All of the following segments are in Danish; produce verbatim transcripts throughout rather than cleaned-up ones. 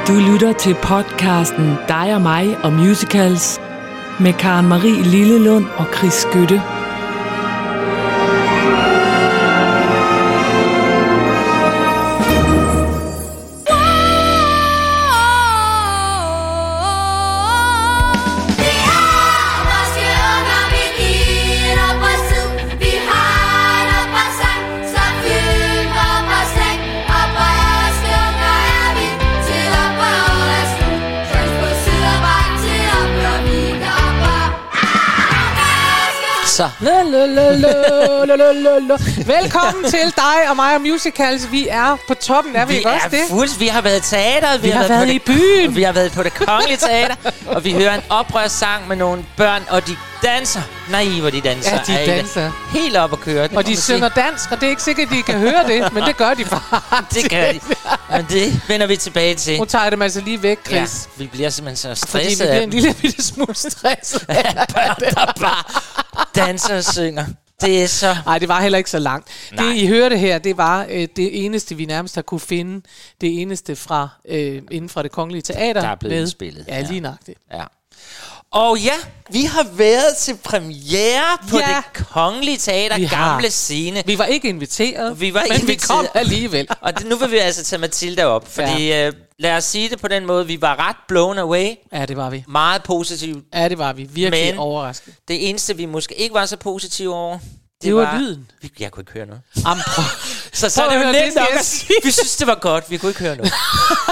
Du lytter til podcasten Dig og mig og musicals med Karen Marie Lillelund og Chris Skytte. Så. Velkommen til Dig og mig og musicals. Vi er på toppen, er vi, vi ikke også det? Fuldt. Vi har været i teateret, vi, vi har, har været, været i det, byen, vi har været på Det Kongelige Teater, og vi hører en oprørssang med nogle børn, og de danser. Nej, hvor de danser. Ja, de danser. Helt op at køre. Og de synger sige. dansk, og det er ikke sikkert, at de kan høre det, men det gør de faktisk. Det gør de. Men det vender vi tilbage til. Nu tager jeg dem altså lige væk, Chris. Ja, vi bliver simpelthen så stresset. Fordi vi bliver en lille bitte smule stresset. Børn, der bare danser og synger. Det er så... Nej, det var heller ikke så langt. Nej. Det, I hørte her, det var øh, det eneste, vi nærmest har kunne finde. Det eneste fra øh, inden fra Det Kongelige Teater. Der er blevet med, spillet. Ja, lige nøjagtigt. Ja. Og ja, vi har været til premiere på ja. Det Kongelige Teater, vi gamle har. scene. Vi var ikke inviteret, vi var men inviteret. vi kom alligevel. Og det, nu vil vi altså tage Mathilda op, fordi ja. øh, lad os sige det på den måde, vi var ret blown away. Ja, det var vi. Meget positivt. Ja, det var vi. Virkelig men overrasket. Det eneste, vi måske ikke var så positive over, det, det var, var lyden. Vi, jeg kunne ikke høre noget. Am, så så er det jo nemt nok at sige. Vi synes, det var godt. Vi kunne ikke høre noget.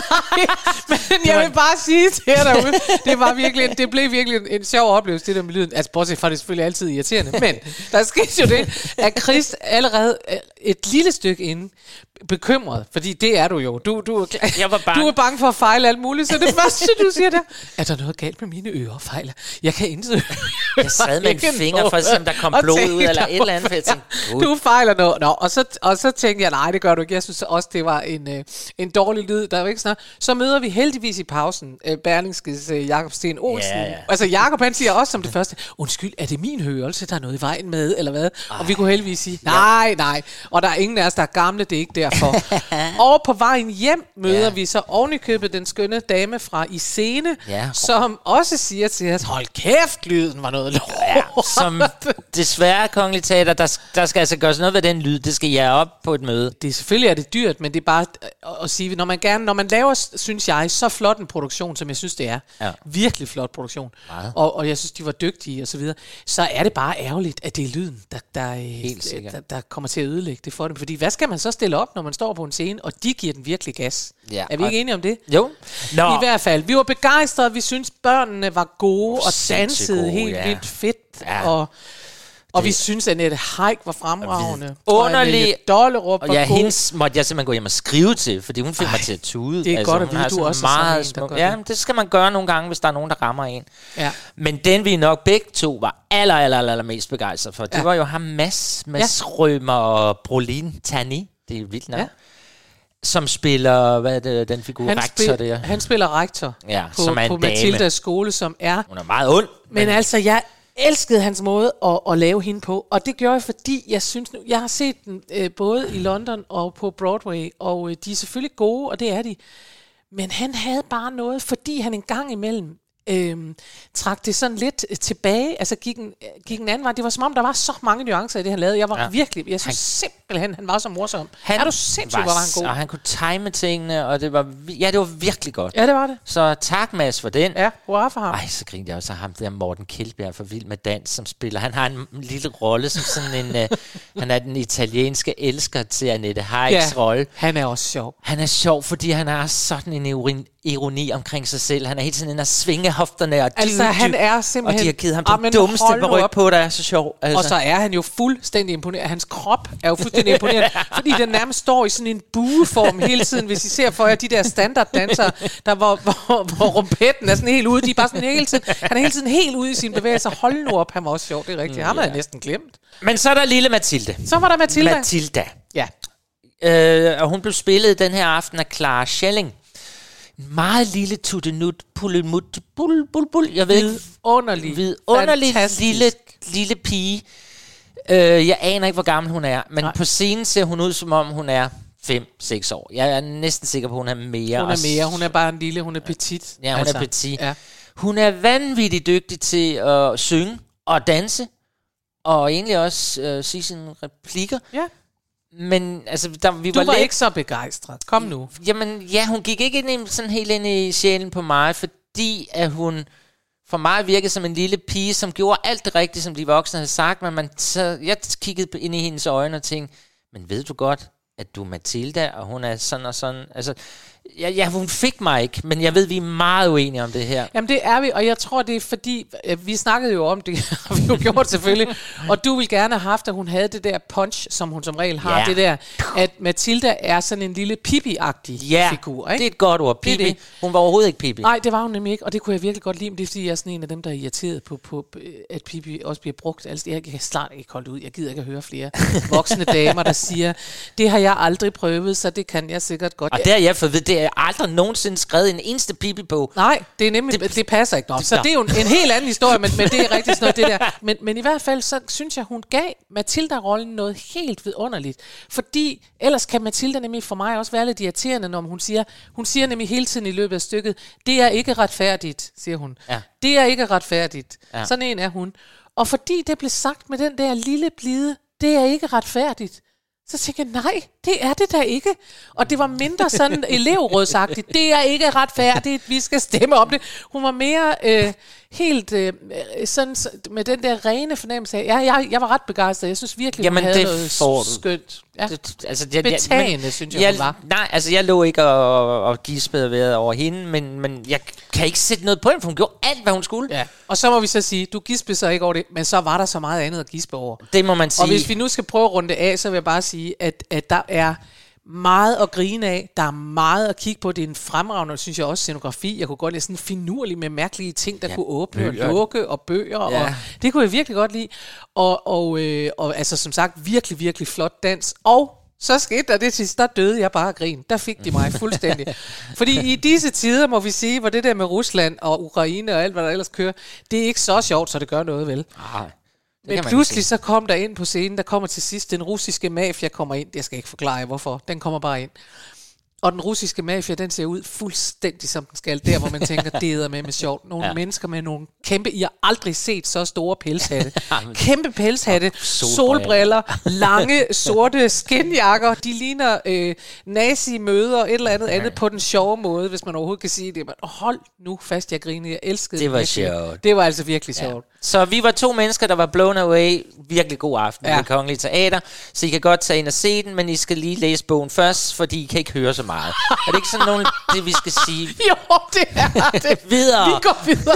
Men jeg vil bare sige til jer derude, det, var virkelig, det blev virkelig en, en sjov oplevelse, det der med lyden. Altså, bortset fra det selvfølgelig altid irriterende. Men der skete jo det, at Chris allerede et lille stykke inden bekymret, fordi det er du jo. Du, du, jeg var bange. Du er bange for at fejle alt muligt, så det første, du siger der, er der noget galt med mine ører, fejler? Jeg kan intet. Jeg sad med en finger for at se, om der kom blod ud, eller et eller andet, for jeg tænkte, du fejler noget. Nå, og, så, og så tænkte jeg, nej, det gør du ikke. Jeg synes også, det var en, øh, en dårlig lyd. Der var ikke sådan. Så møder vi heldigvis i pausen øh, Berlingskes øh, Jakob Sten Olsen. Yeah, yeah. Altså, Jakob han siger også som det første, undskyld, er det min hørelse, der er noget i vejen med, eller hvad? Ej. Og vi kunne heldigvis sige, nej, nej. Og der er ingen af os, der er gamle, det er ikke derfor. Og på vejen hjem møder yeah. vi så ovenikøbet den skønne dame fra I Scene, yeah. som også siger til os, hold kæft, lyden var noget lort. Ja, som desværre Kongelige Teater, der, der skal altså gøres noget ved den lyd, det skal jeg op på et møde. Det selvfølgelig er det dyrt, men det er bare at, at sige, når man gerne, når man laver, synes jeg, så flot en produktion, som jeg synes det er, ja. virkelig flot produktion, og, og jeg synes de var dygtige og så videre, så er det bare ærgerligt, at det er lyden, der, der, der, der kommer til at ødelægge det for dem, fordi hvad skal man så stille op, når man står på en scene, og de giver den virkelig gas? Ja, er vi ikke enige om det? Jo. Nå. I hvert fald, vi var begejstrede, vi synes børnene var gode og dansede gode, helt ja. vildt fedt, ja. og Og det. vi synes, at Annette Heick var fremragende. Underlig. Dollerup var og ja, god. Hendes måtte jeg simpelthen gå hjem og skrive til, fordi hun fik Ej, mig til at tude. Det er altså, godt at vide, du også meget sådan en, der Ja, det. det skal man gøre nogle gange, hvis der er nogen, der rammer en. Ja. Men den vi nok begge to var aller, aller, aller, aller mest begejstret for, det ja. var jo ham Mads, Mads ja. Rømer og Brolin Tani. Det er vildt nok. Ja. Som spiller, hvad er det, den figur, han rektor spil, der? Han spiller rektor ja, på, som er på Mathildas skole, som er... Hun er meget ond. Men, men altså, jeg elskede hans måde at, at lave hende på, og det gjorde jeg, fordi jeg synes nu, jeg har set den øh, både i London og på Broadway, og øh, de er selvfølgelig gode, og det er de. Men han havde bare noget, fordi han en gang imellem Øhm, trak det sådan lidt tilbage, altså gik en, gik en anden vej. Det var som om, der var så mange nuancer i det, han lavede. Jeg var ja. virkelig, jeg synes han, simpelthen, han var så morsom. Han er du sindssygt, var, hvor var han god. Og han kunne time tingene, og det var, ja, det var virkelig godt. Ja, det var det. Så tak, Mads, for den. Ja, hurra for ham. Ej, så grinte jeg også af ham, der Morten Kjeldbjerg for Vild med Dans, som spiller. Han har en lille rolle som sådan en, uh, han er den italienske elsker til Annette Heiks ja, rolle. Han er også sjov. Han er sjov, fordi han har sådan en urin ironi omkring sig selv. Han er hele tiden inde og svinge hofterne og altså, dyb, han er simpelthen... Og de har givet ham den dummeste ryg på, der er så sjov. Altså. Og så er han jo fuldstændig imponeret. Hans krop er jo fuldstændig imponeret, fordi den nærmest står i sådan en bueform hele tiden. Hvis I ser for jer de der standarddansere, der hvor, hvor, hvor rumpetten er sådan helt ude. De er bare sådan hele tiden... Han er hele tiden helt ude i sine bevægelser. Hold nu op, han var også sjov, det er rigtigt. Mm, ham havde jeg næsten glemt. Men så er der lille Mathilde. Så var der Mathilda. Mathilda. Ja. Øh, og hun blev spillet den her aften af Clara Schelling. Meget lille tuttenut, pullemut, bul, bul, bul. Jeg ved ikke. Underlig. Vidunderlig lille, lille pige. Øh, jeg aner ikke, hvor gammel hun er, men Nej. på scenen ser hun ud, som om hun er fem seks år. Jeg er næsten sikker på, at hun er mere. Hun er mere. Hun er bare en lille, hun er petit. Ja, hun altså, er petit. Ja. Hun er vanvittigt dygtig til at synge og danse, og egentlig også øh, sige sine replikker. Ja. Men altså, der, vi du var, var lidt... ikke så begejstret. Kom nu. Jamen, ja, hun gik ikke ind, sådan helt ind i sjælen på mig, fordi at hun for mig virkede som en lille pige, som gjorde alt det rigtige, som de voksne havde sagt, men man, så, jeg kiggede ind i hendes øjne og tænkte, men ved du godt, at du er Mathilda, og hun er sådan og sådan. Altså, ja, ja, hun fik mig ikke, men jeg ved, vi er meget uenige om det her. Jamen det er vi, og jeg tror, det er fordi, vi snakkede jo om det, har vi jo gjort selvfølgelig, og du ville gerne have haft, at hun havde det der punch, som hun som regel har, ja. Det der, at Mathilda er sådan en lille Pippi-agtig ja, figur. Ikke? Det er et godt ord, Pippi. Det det. Hun var overhovedet ikke Pippi. Nej, det var hun nemlig ikke, og det kunne jeg virkelig godt lide, men det er fordi, jeg er sådan en af dem, der er irriteret på, på at Pippi også bliver brugt. Altså, jeg kan snart ikke holde ud, jeg gider ikke at høre flere voksne damer, der siger, det har jeg aldrig prøvet, så det kan jeg sikkert godt. Og det har jeg fået ved, det er aldrig nogensinde skrevet en eneste Pippi-bog. Nej, det er nemlig, det, det passer ikke nok. Det, så det er jo en, en helt anden historie, men, men det er rigtig sådan noget, det der. Men, men i hvert fald, så synes jeg, hun gav Mathilda-rollen noget helt vidunderligt. Fordi ellers kan Mathilda nemlig for mig også være lidt irriterende, når hun siger, hun siger nemlig hele tiden i løbet af stykket, det er ikke retfærdigt, siger hun. Ja. Det er ikke retfærdigt. Ja. Sådan en er hun. Og fordi det blev sagt med den der lille blide, det er ikke retfærdigt, så tænkte jeg, nej, det er det da ikke. Og det var mindre sådan elevrådsagtigt. Det er ikke retfærdigt, vi skal stemme om det. Hun var mere øh, helt øh, sådan med den der rene fornemmelse af, jeg, jeg, jeg var ret begejstret. Jeg synes virkelig, Jamen, hun havde noget skønt. Ja. Det, altså, jeg, Betagende, jeg, synes jeg, jeg, hun var. Nej, altså jeg lå ikke og, og gispede ved over hende, men, men jeg kan ikke sætte noget på hende, for hun gjorde alt, hvad hun skulle. Ja. Og så må vi så sige, du gispede så ikke over det, men så var der så meget andet at gispe over. Det må man sige. Og hvis vi nu skal prøve at runde af, så vil jeg bare sige, at, at der er meget at grine af, der er meget at kigge på. Det er en fremragende, synes jeg også, scenografi. Jeg kunne godt lide sådan finurlig med mærkelige ting, der ja, kunne åbne bøger. Og lukke, og bøger, ja. Og det kunne jeg virkelig godt lide. Og, og, øh, og altså som sagt, virkelig, virkelig flot dans. Og så skete der det sidst, der døde jeg bare af grin. Der fik de mig fuldstændig. Fordi i disse tider, må vi sige, hvor det der med Rusland og Ukraine og alt, hvad der ellers kører, det er ikke så sjovt, så det gør noget, vel? Nej. Men pludselig så kom der ind på scenen, der kommer til sidst, den russiske mafia kommer ind. Jeg skal ikke forklare hvorfor, den kommer bare ind. Og den russiske mafia, den ser ud fuldstændig som den skal. Der hvor man tænker, det er med med sjovt. Nogle ja. mennesker med nogle kæmpe, I har aldrig set så store pelshatte. Kæmpe pelshatte, solbriller, lange sorte skinjakker. De ligner øh, nazi-møder, et eller andet ja. andet på den sjove måde, hvis man overhovedet kan sige det. Men hold nu fast, jeg grinede. Jeg elskede det. Var det. sjovt. Det var altså virkelig sjovt. Ja. Så vi var to mennesker, der var blown away. Virkelig god aften ja. Med Kongelige Teater. Så I kan godt tage ind og se den, men I skal lige læse bogen først, fordi I kan ikke høre så meget. Er det ikke sådan nogen, det vi skal sige? Jo, det er det. Videre. Vi går videre.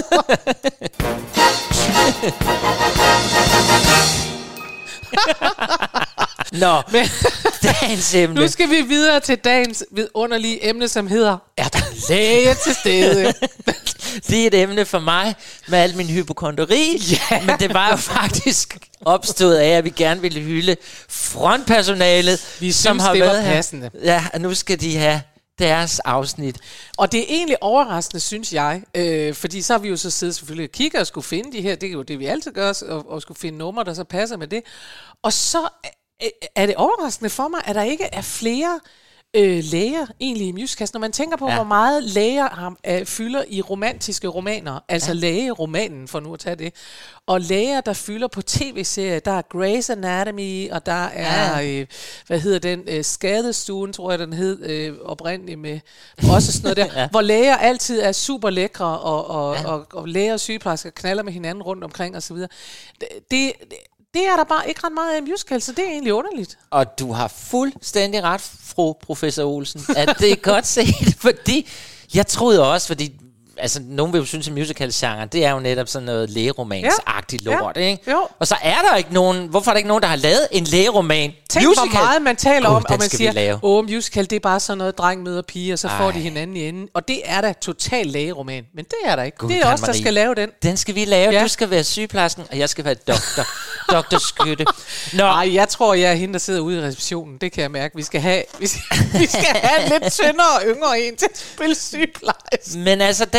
Nå, men dagens emne. Nu skal vi videre til dagens vidunderlige emne, som hedder, er der læge til stede? Det er et emne for mig med al min hypokondri, yeah. Men det var jo faktisk opstået af, at vi gerne ville hylde frontpersonalet, vi som synes, har det været var passende. Her. Ja, og nu skal de have deres afsnit. Og det er egentlig overraskende, synes jeg, øh, fordi så har vi jo så siddet selvfølgelig og kigget og skulle finde de her, det er jo det, vi altid gør, og, og skulle finde numre, der så passer med det. Og så er det overraskende for mig, at der ikke er flere øh, læger egentlig i musicals. Når man tænker på, ja. hvor meget læger har, øh, fylder i romantiske romaner, altså ja. lægeromanen, for nu at tage det, og læger, der fylder på tv-serier, der er Grey's Anatomy, og der er, ja. øh, hvad hedder den, øh, Skadestuen, tror jeg, den hed øh, oprindeligt med, også sådan noget der, ja. hvor læger altid er super lækre, og, og, ja. og, og, og læger og sygeplejersker knaller med hinanden rundt omkring, og så videre. Det, det Det er der bare ikke ret meget af i musical, så det er egentlig underligt. Og du har fuldstændig ret, fru professor Olsen, at det er godt set, fordi jeg troede også, fordi altså nogen vil jo synes, at musical-genre, det er jo netop sådan noget lægeromans-agtigt ja. lort, ikke? Jo. Og så er der ikke nogen, hvorfor er der ikke nogen, der har lavet en lægeroman? Tænk, musical. Hvor meget man taler God, om, og man siger, åh, musical, det er bare sådan noget, dreng møder pige, og så Ej. får de hinanden i enden. Og det er da total lægeroman, men det er der ikke. God, det er os, der skal lave den. Den skal vi lave. Ja. Du skal være sygeplejersken, og jeg skal være doktor. Doktor Skytte. Nej, jeg tror, jeg er hende, der sidder ude i receptionen. Det kan jeg mærke. Vi skal have, vi skal, vi skal have en lidt tyndere og yngre en til at spille sygeplejerske. Men altså, den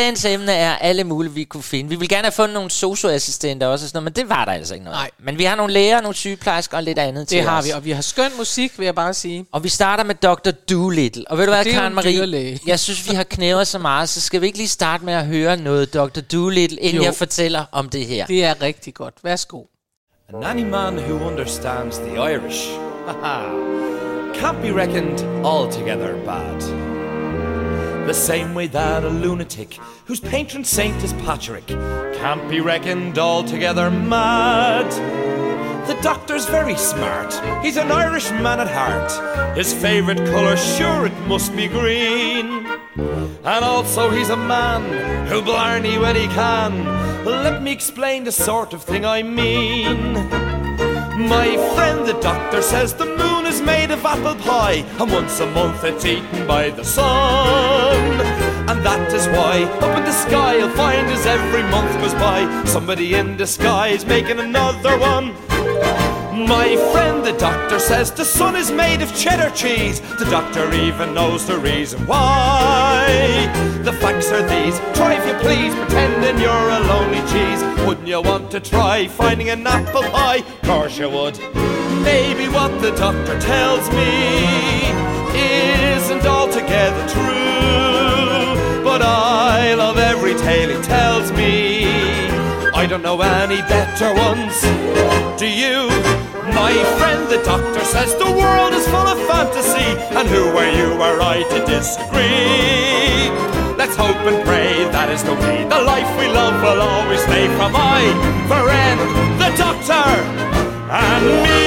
dagens emne er alle mulige, vi kunne finde. Vi vil gerne have fundet nogle socioassistenter også, og sådan noget, men det var der altså ikke noget. Nej. Men vi har nogle læger, nogle sygeplejersker og lidt andet til Det har os. vi, og vi har skøn musik, vil jeg bare sige. Og vi starter med doktor Dolittle. Og ved du hvad, Det er jo Karen en Marie? dyrlæge. Jeg synes, vi har knævet så meget, så skal vi ikke lige starte med at høre noget doktor Dolittle, inden Jo. jeg fortæller om det her. Det er rigtig godt. Værsgo. And any man who understands the Irish can't be reckoned altogether bad. The same way that a lunatic whose patron saint is Patrick can't be reckoned altogether mad. The doctor's very smart. He's an Irish man at heart. His favourite colour, sure it must be green. And also he's a man who'll blarney when he can. Let me explain the sort of thing I mean. My friend the doctor says the moon is made of apple pie, and once a month it's eaten by the sun. And that is why up in the sky you'll find as every month goes by somebody in the sky is making another one. My friend the doctor says the sun is made of cheddar cheese. The doctor even knows the reason why. The facts are these, try if you please, pretending you're a lonely cheese. Wouldn't you want to try finding an apple pie? Course you would. Maybe what the doctor tells me isn't altogether true, but I love every tale he tells me. I don't know any better ones. Do you? My friend the doctor says the world is full of fantasy, and who are you or I to disagree? Let's hope and pray that is the way the life we love will always stay from my friend the doctor and me.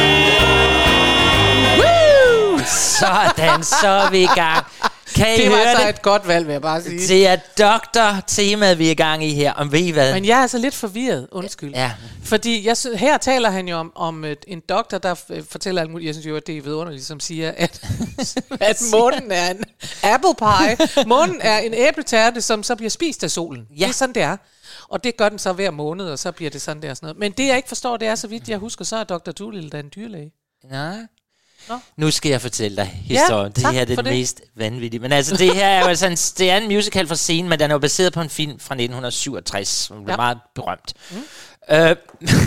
Woo! Sådan, så er vi i gang. Kan I Det var høre altså det? et godt valg, vil jeg bare sige. Det er doktor-temaet, vi er i gang i her. Om ved I hvad? Men jeg er altså lidt forvirret, undskyld. Ja. Fordi jeg, sy- her taler han jo om, om et, en doktor, der f- fortæller alt muligt. Jeg synes jo, at det er vidunderligt, som siger, at, at månen er en apple pie. Månen er en æbletærte, som så bliver spist af solen. Ja. Det er sådan, det er. Og det gør den så hver måned, og så bliver det sådan der og sådan noget. Men det, jeg ikke forstår, det er, så vidt jeg husker, så er doktor Dolittle da en dyrlæge. Nej. Nå. Nu skal jeg fortælle dig historien. Ja, det her er det, for det det. mest vanvittige. Men altså, det her er jo altså en, det er en musical fra scenen, men den er jo baseret på en film fra nitten syvogtres, som blev Ja. meget berømt. Mm. Øh,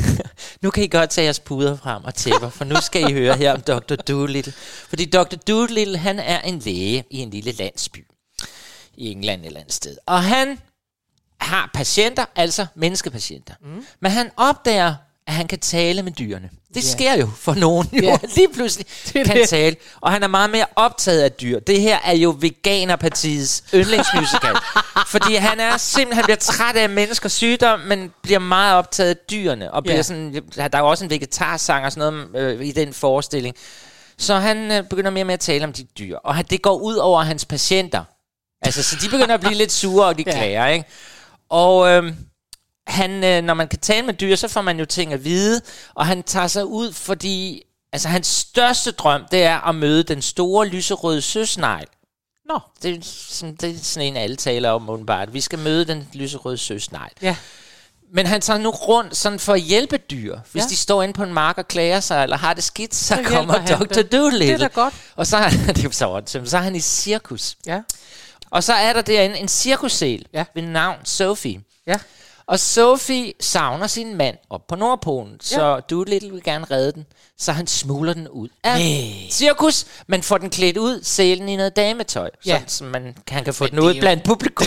nu kan I godt tage jeres puder frem og tæpper, for nu skal I høre her om doktor Dolittle. Fordi doktor Dolittle, han er en læge i en lille landsby i England eller andet sted. Og han har patienter, altså menneskepatienter. Mm. Men han opdager, at han kan tale med dyrene. Det Yeah. sker jo for nogen, jo Yeah. lige pludselig Det er kan det. tale. Og han er meget mere optaget af dyr. Det her er jo Veganerpartiets yndlingsmusical. Fordi han er simpelthen bliver træt af menneskers sygdom, men bliver meget optaget af dyrene. Og bliver Yeah. sådan, der er jo også en vegetarsang og sådan noget øh, i den forestilling. Så han øh, begynder mere med at tale om de dyr. Og han, det går ud over hans patienter. Altså, så de begynder at blive lidt sure, og de Ja. klager, ikke? Og øh, han, øh, når man kan tale med dyr, så får man jo ting at vide, og han tager sig ud, fordi altså, hans største drøm, det er at møde den store lyserøde søsnegl. Nå. Det er, sådan, det er sådan en, alle taler om, åbenbart. Vi skal møde den lyserøde søsnegl. Ja. Men han tager nu rundt sådan for at hjælpe dyr. Hvis Ja. de står inde på en mark og klager sig, eller har det skidt, så, Så så hjælper kommer han doktor dem. Dolittle. Det er da godt. Og så er, det er jo så, ordentligt. Så er han i cirkus. Ja. Og så er der derinde en cirkussel Ja. ved navn Sophie. Ja. Og Sophie savner sin mand op på Nordpolen, så Ja. Dolittle vil gerne redde den, så han smugler den ud af cirkus, men får den klædt ud, selen i noget dametøj, Ja. sådan, så man, han kan få Men den det er ud jo- blandt publikum.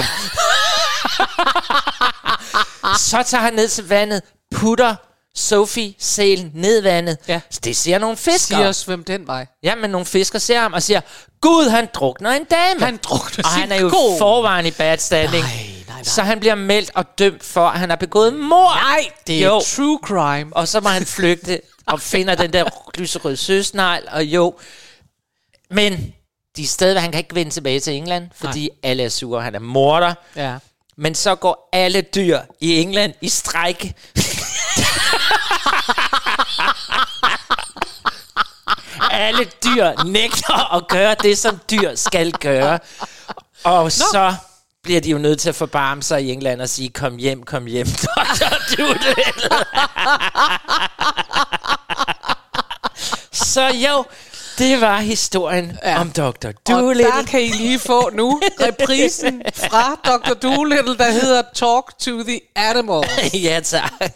Så tager han ned til vandet, putter Sophie selen ned i vandet. Ja. Så det ser nogle fiskere. Siger os, hvem den vej. Ja, men nogle fiskere ser ham og siger, Gud, han drukner en dame. Han drukner Og sin han er jo ko. forvejen i bad standing. Nej, nej, nej. Så han bliver meldt og dømt for, at han har begået mord. Nej, det er Jo. true crime. Og så må han flygte og finder den der lyserøde søsnegl. Og jo, men de er stadig, han kan ikke vende tilbage til England, fordi Nej. alle er sure. Han er morder. Ja. Men så går alle dyr i England i strejke. Alle dyr nægter at gøre det, som dyr skal gøre. Og Nå. så bliver de jo nødt til at forbarme sig i England og sige, kom hjem, kom hjem, doktor Dolittle. Så jo, Det var historien ja. om doktor Dolittle. Og der kan I lige få nu reprisen fra doktor Dolittle, der hedder Talk to the Animals. Ja, tak.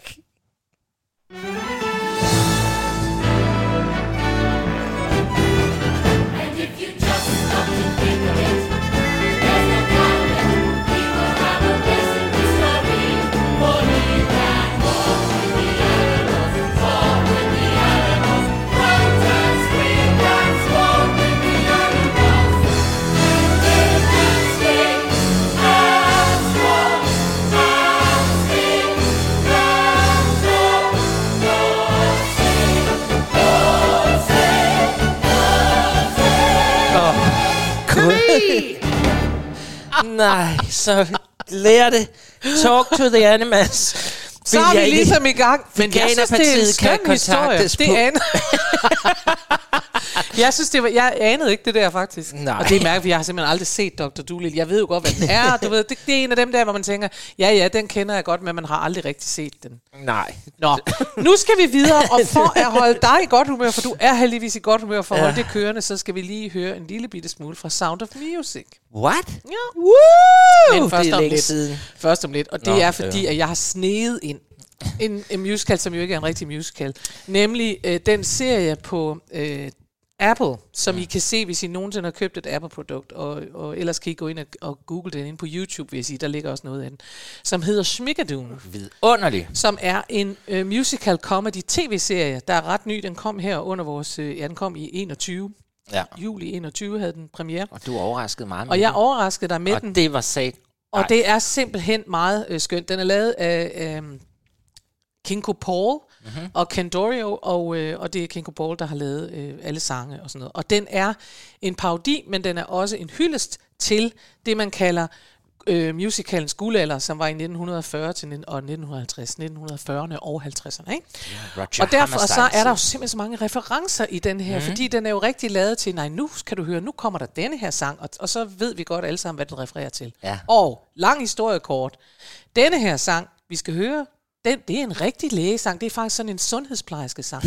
Nej, så lær det. Talk to the animals. Så er vi ligesom i gang. Men jeg synes, det er en skøn historie. Det aner. Jeg synes, det var, jeg anede ikke det der faktisk. Nej. Og det er mærkeligt, jeg har simpelthen aldrig set doktor Dolittle. Jeg ved jo godt, hvad den er. Du ved, det, det er en af dem der, hvor man tænker, ja, ja, den kender jeg godt, men man har aldrig rigtig set den. Nej. Nå, nu skal vi videre, og for at holde dig i godt humør, for du er heldigvis i godt humør, for at holde ja. det kørende, så skal vi lige høre en lille bitte smule fra Sound of Music. What? Ja. Woo! Men først det er om lidt lidt. Siden. Først om lidt, og det Nå, er fordi, ja. at jeg har sneget ind en, en musical, som jo ikke er en rigtig musical, nemlig øh, den serie på øh, Apple, som mm. I kan se, hvis I nogensinde har købt et Apple-produkt, og, og ellers kan I gå ind og, og google den inde på YouTube, hvis I, der ligger også noget af den, som hedder Schmigadoon. Vidunderlig. Som er en øh, musical comedy tv-serie, der er ret ny. Den kom her under vores, øh, ja, den kom i enogtyve. Ja. Juli enogtyve havde den premiere. Og du overraskede meget med Og jeg den. overraskede dig med og den. det var sat. Og Ej. det er simpelthen meget øh, skønt. Den er lavet af øh, Kinko Paul mm-hmm. og Ken Dorio, og, øh, og det er Kinko Paul, der har lavet øh, alle sange og sådan noget. Og den er en parodi, men den er også en hyldest til det, man kalder øh, musicalens guldalder, som var i nitten fyrre til og nitten halvtreds, nitten fyrrerne og halvtredserne. Ikke? Yeah, og derfor så er der jo simpelthen så mange referencer i den her, mm-hmm. fordi den er jo rigtig lavet til, nej, nu kan du høre, nu kommer der denne her sang, og, og så ved vi godt alle sammen, hvad den refererer til. Ja. Og lang historie kort, denne her sang, vi skal høre, Den, det er en rigtig lægesang. Det er faktisk sådan en sundhedsplejerske sang.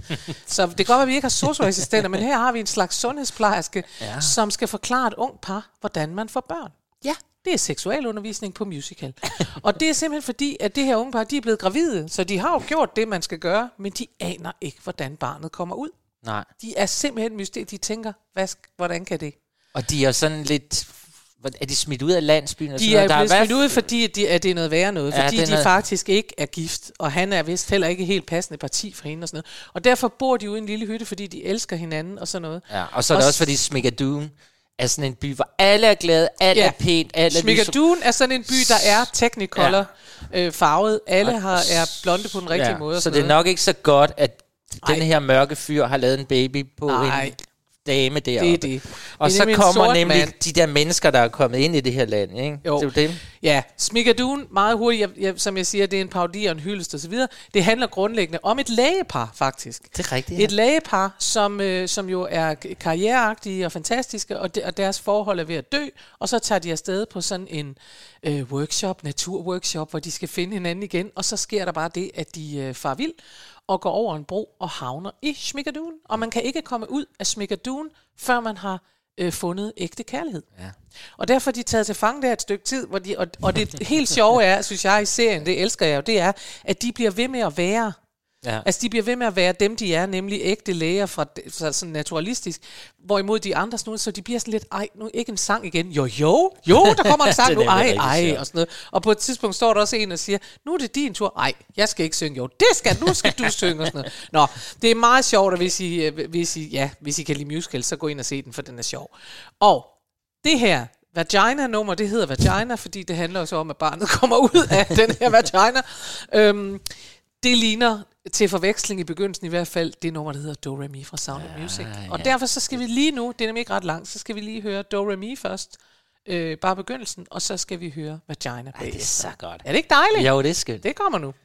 Så det kan godt være, at vi ikke har sosu-assistenter, men her har vi en slags sundhedsplejerske, ja. som skal forklare et ung par, hvordan man får børn. Ja, det er seksualundervisning på musical. Og det er simpelthen fordi, at det her unge par, de er blevet gravide, så de har jo gjort det, man skal gøre, men de aner ikke, hvordan barnet kommer ud. Nej. De er simpelthen mysterier. De tænker, hvad, hvordan kan det? Og de er sådan lidt... Er de smidt ud af landsbyen? De er blevet smidt ud, fordi de, at det er noget værre noget. Ja, fordi de noget... faktisk ikke er gift, og han er vist heller ikke helt passende parti for hende og sådan noget. Og derfor bor de ude i en lille hytte, fordi de elsker hinanden og sådan noget. Ja, og så er det og også fordi Schmigadoon er sådan en by, hvor alle er glade, alt ja. er pænt. Alt er Schmigadoon er sådan en by, der er technicolor ja. øh, farvet. Alle har, er blonde på den rigtige ja, måde. Og så det er noget. nok ikke så godt, at den her mørke fyr har lavet en baby på Ej. en... dame deroppe. Det er det. Og det er så kommer nemlig mand. de der mennesker, der er kommet ind i det her land, ikke? Jo. Det er jo det. Ja, Schmigadoon, meget hurtigt, jeg, jeg, som jeg siger, det er en parodi og en hyldest og så videre. Det handler grundlæggende om et lægepar, faktisk. Det er rigtigt, ja. Et lægepar, som, øh, som jo er karriereagtige og fantastiske, og, de, og deres forhold er ved at dø, og så tager de afsted på sådan en øh, workshop, naturworkshop, hvor de skal finde hinanden igen, og så sker der bare det, at de øh, farer vild, og går over en bro og havner i Schmigadoon. Og man kan ikke komme ud af Schmigadoon, før man har øh, fundet ægte kærlighed. Ja. Og derfor er de taget til fange der et stykke tid, hvor de, og, og det helt sjove er, synes jeg i serien, det elsker jeg jo, det er, at de bliver ved med at være... Ja. Altså de bliver ved med at være dem de er, nemlig ægte læger fra, fra sådan naturalistisk, hvorimod de andre sådan noget, så de bliver sådan lidt, ej, nu ikke en sang igen, jo jo, jo, der kommer en sang nu, ej, ej, og sådan noget. Og på et tidspunkt står der også en og siger, nu er det din tur, ej, jeg skal ikke synge, jo, det skal, nu skal du synge, og sådan noget. Nå, det er meget sjovt, og hvis I, hvis I, ja, hvis I kan lide musical, så gå ind og se den, for den er sjov. Og det her vagina-nummer, det hedder vagina, fordi det handler også om, at barnet kommer ud af den her vagina. Øhm, det ligner til forveksling i begyndelsen i hvert fald det nummer, der hedder Do Re Mi fra Sound of Music. Ja, og ja. derfor så skal vi lige nu, det er nemlig ikke ret langt, så skal vi lige høre Do Re Mi først, øh, bare begyndelsen, og så skal vi høre Vagina bagefter. Det er så godt. Er det ikke dejligt? Jo, det er skønt. Det kommer nu.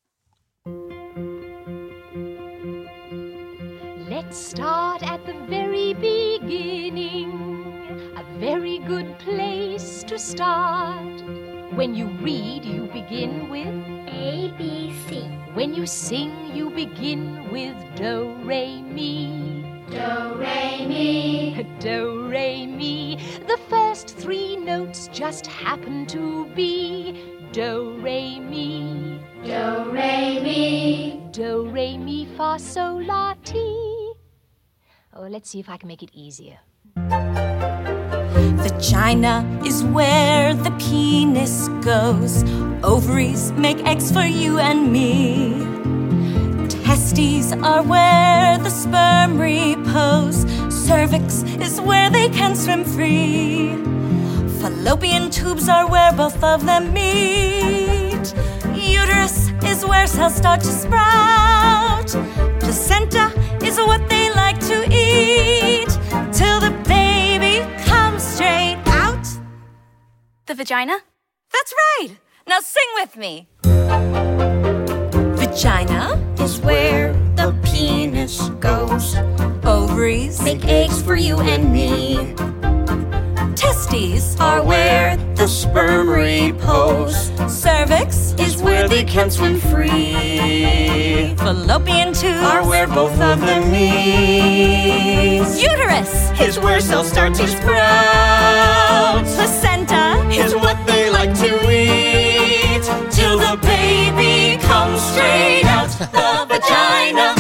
Let's start at the very beginning. A very good place to start. When you read, you begin with A, B, C. When you sing, you begin with Do, Re, Mi. Do, re, mi. Do, re, mi. The first three notes just happen to be do, re, mi. Do, re, mi. Do, re, mi, fa, sol, la, ti. Oh, let's see if I can make it easier. Vagina is where the penis goes. Ovaries make eggs for you and me. Testes are where the sperm repose. Cervix is where they can swim free. Fallopian tubes are where both of them meet. Uterus is where cells start to sprout. Placenta is what they like to eat till the baby comes straight out. The vagina? That's right. Now sing with me. Vagina is where the penis goes. Ovaries make eggs for you and me. Testes are where the sperm repose. Cervix is where they can swim free. Fallopian tubes are where both of them meet. Uterus is where cells start to sprout. Placenta is what they like to eat till the baby comes straight out the vagina.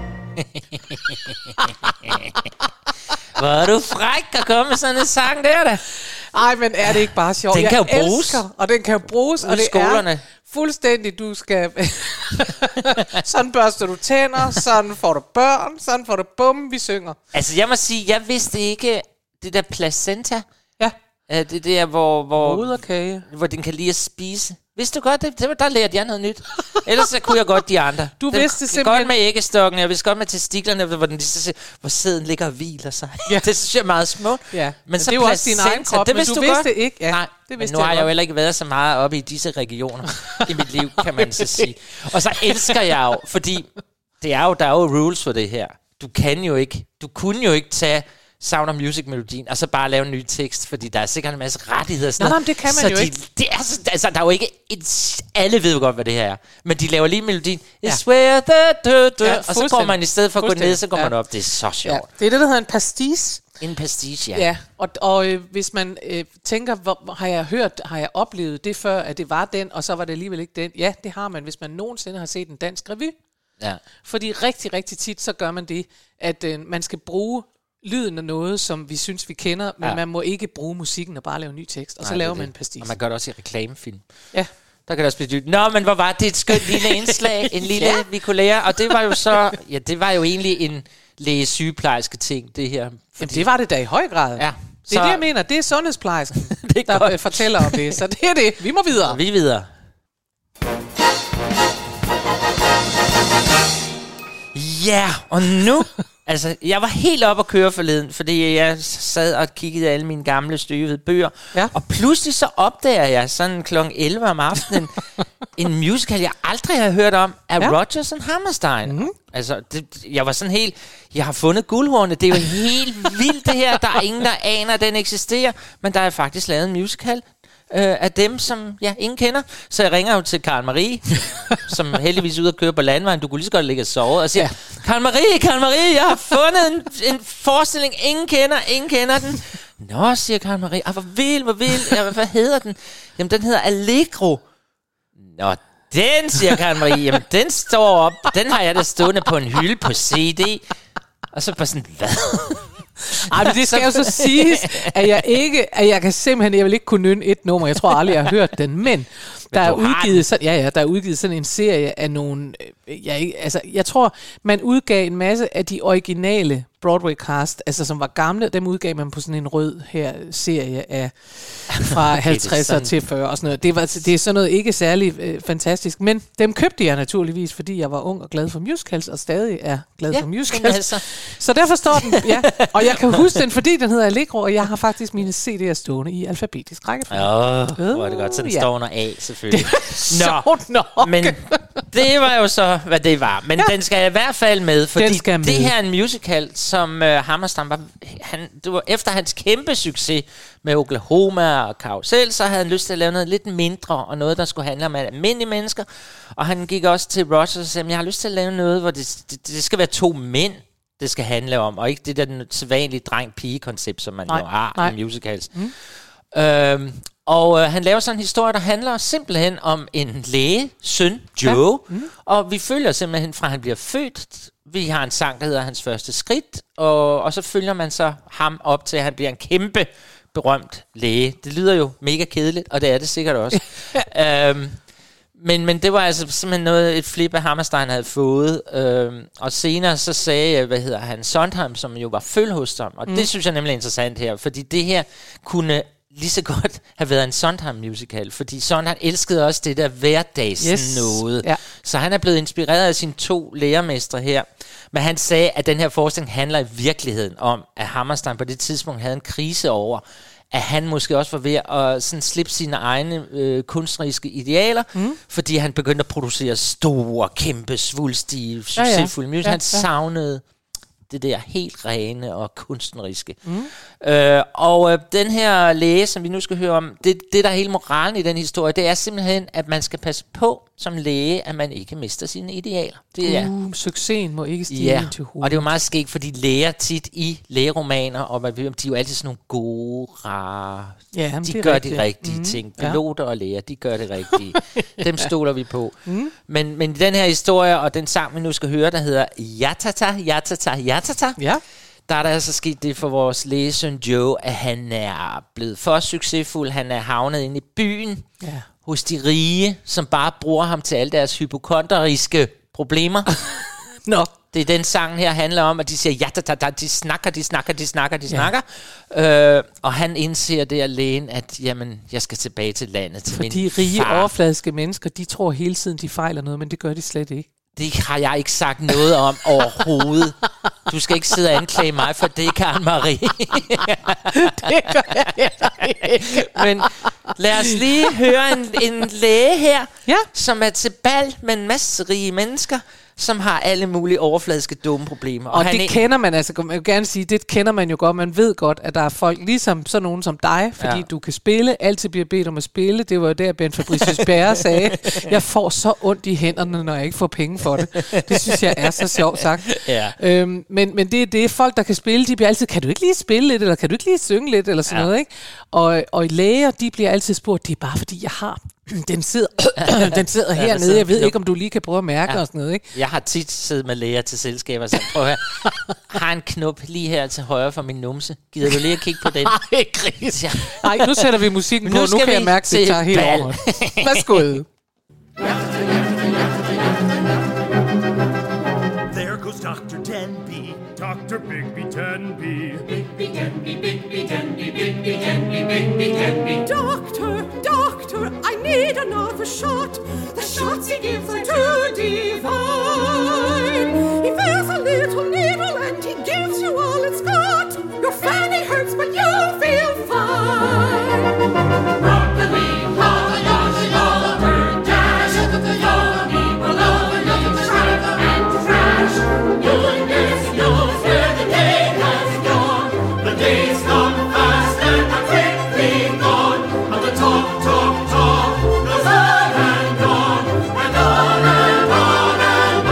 Hvor er du fræk at komme med sådan en sang der, da. Ej, men er det ikke bare sjovt? Den kan jo Jeg bruges. elsker, og den kan jo bruges, og det skolerne. er fuldstændig, du skal... sådan børster du tænder, sådan får du børn, sådan får du bum, vi synger. Altså, jeg må sige, jeg vidste ikke, det der placenta, Ja. uh, det der, hvor, hvor, Moderkage. hvor den kan lide at spise. Vidste du godt det? det var, der lærte jeg noget nyt. Ellers så kunne jeg godt de andre. Du det, vidste det simpelthen- godt med æggestokken, jeg vidste godt med testiklerne, hvor, den, hvor sæden ligger og hviler sig. Ja. Det synes jeg er meget smukt. Ja, men det er jo også din egen krop, det men vidste du du vidste godt. ikke. Ja, Nej, det men vidste nu jeg har jeg godt. jo heller ikke været så meget oppe i disse regioner i mit liv, kan man så sige. Og så elsker jeg jo, fordi det er jo, der er jo rules for det her. Du kan jo ikke, du kunne jo ikke tage Sound of Music-melodien, og så bare lave en ny tekst, fordi der er sikkert en masse rettigheder. Nej, nej, men det kan man så jo de, ikke. Det er, så, altså, der er jo ikke et, alle ved jo godt, hvad det her er. Men de laver lige melodien. Ja. It's where the, the, the, Ja, og så går man i stedet for at gå ned, så går ja. man op. Det er så sjovt. Ja, det er det, der hedder en pastis. En pastiche, ja. Ja, og, og øh, hvis man øh, tænker, hvor, har jeg hørt, har jeg oplevet det før, at det var den, og så var det alligevel ikke den. Ja, det har man, hvis man nogensinde har set en dansk revy. Ja. Fordi rigtig, rigtig tit, så gør man det, at øh, man skal bruge lyden af noget, som vi synes, vi kender, men Ja. man må ikke bruge musikken og bare lave en ny tekst, og Nej, så det laver er man det. en pastis. Og man gør det også i reklamefilm. Ja. Der kan det også blive dybt. Nå, men hvor var det et skønt lille indslag, en lille, ja. vi kunne lære. Og det var jo så, ja, det var jo egentlig en læge-sygeplejerske ting, det her. Jamen, det var det da i høj grad. Ja. Det er det, jeg mener. Det er sundhedsplejersken, Det er der godt. øh, fortæller om det. Så det er det. Vi må videre. Vi er videre. Ja, og nu... Altså, jeg var helt op at køre forleden, fordi jeg sad og kiggede alle mine gamle støvede bøger. Ja. Og pludselig så opdager jeg sådan klokken elleve om aftenen en musical, jeg aldrig har hørt om, af Ja. ja. Rodgers and Hammerstein. Mm. Altså, det, jeg var sådan helt... Jeg har fundet guldhornet. Det er jo helt vildt, det her. Der er ingen, der aner, at den eksisterer. Men der er faktisk lavet en musical øh, af dem, som ja, ingen kender. Så jeg ringer jo til Karen Marie, som heldigvis er ude at køre på landvejen. Du kunne lige så godt ligge og sove. Og siger, ja. Karen Marie, Karen Marie, jeg har fundet en, en forestilling, ingen kender, ingen kender den. Nå, siger Karen Marie. Ah, hvor vild, hvor vild. Ja, hvad hedder den? Jamen, den hedder Allegro. Nå, den, siger Karen Marie. Jamen, den står op. Den har jeg da stående på en hylde på C D. Og så bare sådan, hvad? Ej, men det skal jo så siges, at jeg ikke, at jeg kan simpelthen, jeg vil ikke kunne nynne et nummer, jeg tror aldrig, jeg har hørt den, men der er du har udgivet sådan, ja, ja, der er udgivet sådan en serie af nogle, øh, jeg, ikke- altså, jeg tror, man udgav en masse af de originale Broadway-cast, altså som var gamle, dem udgav man på sådan en rød her serie af fra Okay, halvtredserne sådan. til fyrre og sådan noget. Det, var, det er sådan noget ikke særlig øh, fantastisk, men dem købte jeg naturligvis, fordi jeg var ung og glad for musicals, og stadig er glad Ja, for men musicals. altså. Så derfor står den, ja. Og jeg kan huske den, fordi den hedder Allegro, og jeg har faktisk mine C D'er stående i alfabetisk rækkefølge. Åh, hvor er det godt. Så den Ja. står under A, selvfølgelig. Sjovt nok. Men det var jo så, hvad det var. Men ja. den skal i hvert fald med, fordi Den skal med. det her er en musical, som uh, Hammerstein var, han, det var efter hans kæmpe succes med Oklahoma og Carousel, så havde han lyst til at lave noget lidt mindre, og noget, der skulle handle om almindelige mennesker. Og han gik også til Rodgers og sagde, jeg har lyst til at lave noget, hvor det, det, det skal være to mænd, det skal handle om, og ikke det der den sædvanlige dreng-pige-koncept, som man nej, jo har nej. i musicals. Mm. Øhm, og øh, han laver sådan en historie, der handler simpelthen om en læge, søn, Joe, ja. mm. og vi følger simpelthen fra han bliver født. Vi har en sang, der hedder Hans første skridt, og, og så følger man så ham op til, at han bliver en kæmpe berømt læge. Det lyder jo mega kedeligt, og det er det sikkert også. øhm, men, men det var altså simpelthen noget, et flip af Hammerstein havde fået. Øhm, og senere så sagde, hvad hedder han, Sondheim, som jo var føl hos ham, og mm. det synes jeg nemlig er interessant her, fordi det her kunne lige så godt have været en Sondheim musical, fordi Sondheim elskede også det der hverdags yes. noget. Ja. Så han er blevet inspireret af sine to lærermestre her. Men han sagde, at den her forestilling handler i virkeligheden om, at Hammerstein på det tidspunkt havde en krise over, at han måske også var ved at sådan slippe sine egne øh, kunstneriske idealer, mm. fordi han begyndte at producere store, kæmpe, svulstige, succesfulde ja, ja. musical. Han ja, ja. savnede det der helt rene og kunstneriske. Mm. Øh, og øh, den her læge, som vi nu skal høre om, det, det der er hele moralen i den historie, det er simpelthen, at man skal passe på som læge, at man ikke mister sine idealer. Det er, uh, succesen må ikke stige ja, til hovedet. Og det er jo meget skægt, fordi læger tit i lægeromaner, og man ved, de er jo altid sådan nogle gode, rare... Ja, de gør rigtigt. de rigtige mm. ting. Piloter ja. og læger, de gør det rigtige. Dem stoler vi på. Mm. Men, men den her historie, og den sang, vi nu skal høre, der hedder Jatata, Jatata, Jatata, ja. der er der altså sket det for vores lægesøn Joe, at han er blevet for succesfuld. Han er havnet inde i byen ja. hos de rige, som bare bruger ham til alle deres hypokondriske problemer. Nå. No. Det er den sang her handler om, at de siger, ja, da, da, da, de snakker, de snakker, de snakker, de ja. snakker. Øh, og han indser det alene, at jamen, jeg skal tilbage til landet. Til For min de rige, far. overfladiske mennesker, de tror hele tiden, de fejler noget, men det gør de slet ikke. Det har jeg ikke sagt noget om overhovedet. Du skal ikke sidde og anklage mig for det, Karen Marie. Det gør jeg ikke. Men lad os lige høre en, en læge her, ja. som er til bal med en masse rige mennesker, som har alle mulige overfladiske dumme problemer. Og, og det er... kender man, altså jeg vil gerne sige, det kender man jo godt. Man ved godt, at der er folk, ligesom sådan nogen som dig, fordi ja. du kan spille, altid bliver bedt om at spille. Det var jo der, Ben Fabricius Bjerre sagde, jeg får så ondt i hænderne, når jeg ikke får penge for det. Det synes jeg er så sjovt sagt. Ja. Øhm, men, men det, det er folk, der kan spille, de bliver altid, kan du ikke lige spille lidt, eller kan du ikke lige synge lidt, eller sådan ja. noget, ikke? Og, og læger, de bliver altid spurgt, det er bare fordi, jeg har... Den sidder, den sidder ja, hernede. Jeg ved knop. ikke, om du lige kan prøve at mærke ja. og sådan noget, ikke? Jeg har tit siddet med læger til selskaber, så prøv at høre. Har en knop lige her til højre for min numse. Gider du lige at kigge på den? Nej, Chris. Nej, nu sætter vi musikken på. Nu, nu kan jeg mærke, at det tager helt over. Værsgo. There goes Doctor Denby, Doctor Bigby Denby. Bigby Denby, Bigby Denby, Bigby Denby, Bigby Denby. Doctor, doctor, I need another shot. The shots he gives are too divine. He wears a little needle and he gives you all it's got. Your fanny hurts, but you feel fine. Broccoli, Polly, Oliver, Dash, Yoga, people over, nothing to try and trash. Goodness knows where the day has gone. The days come fast and are quickly gone. And the talk, talk, talk goes on and on, and on and on and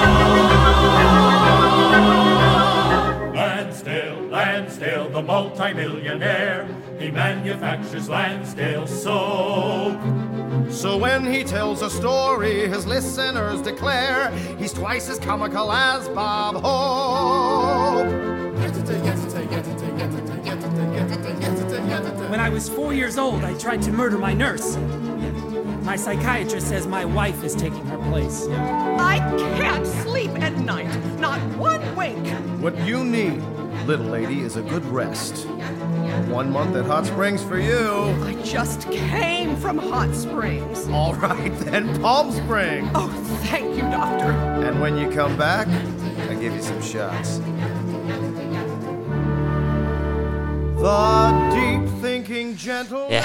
on. Lansdale, Lansdale, the multi-millionaire, he manufactures Lansdale soap. So when he tells a story, his listeners declare he's twice as comical as Bob Hope. When I was four years old, I tried to murder my nurse. My psychiatrist says my wife is taking her place. I can't sleep at night, not one wink. What you need, little lady, is a good rest. One month at Hot Springs for you. I just came from Hot Springs. All right, then, Palm Springs. Oh, thank you, doctor. And when you come back, I give you some shots. The deep thinking gentle... Ja.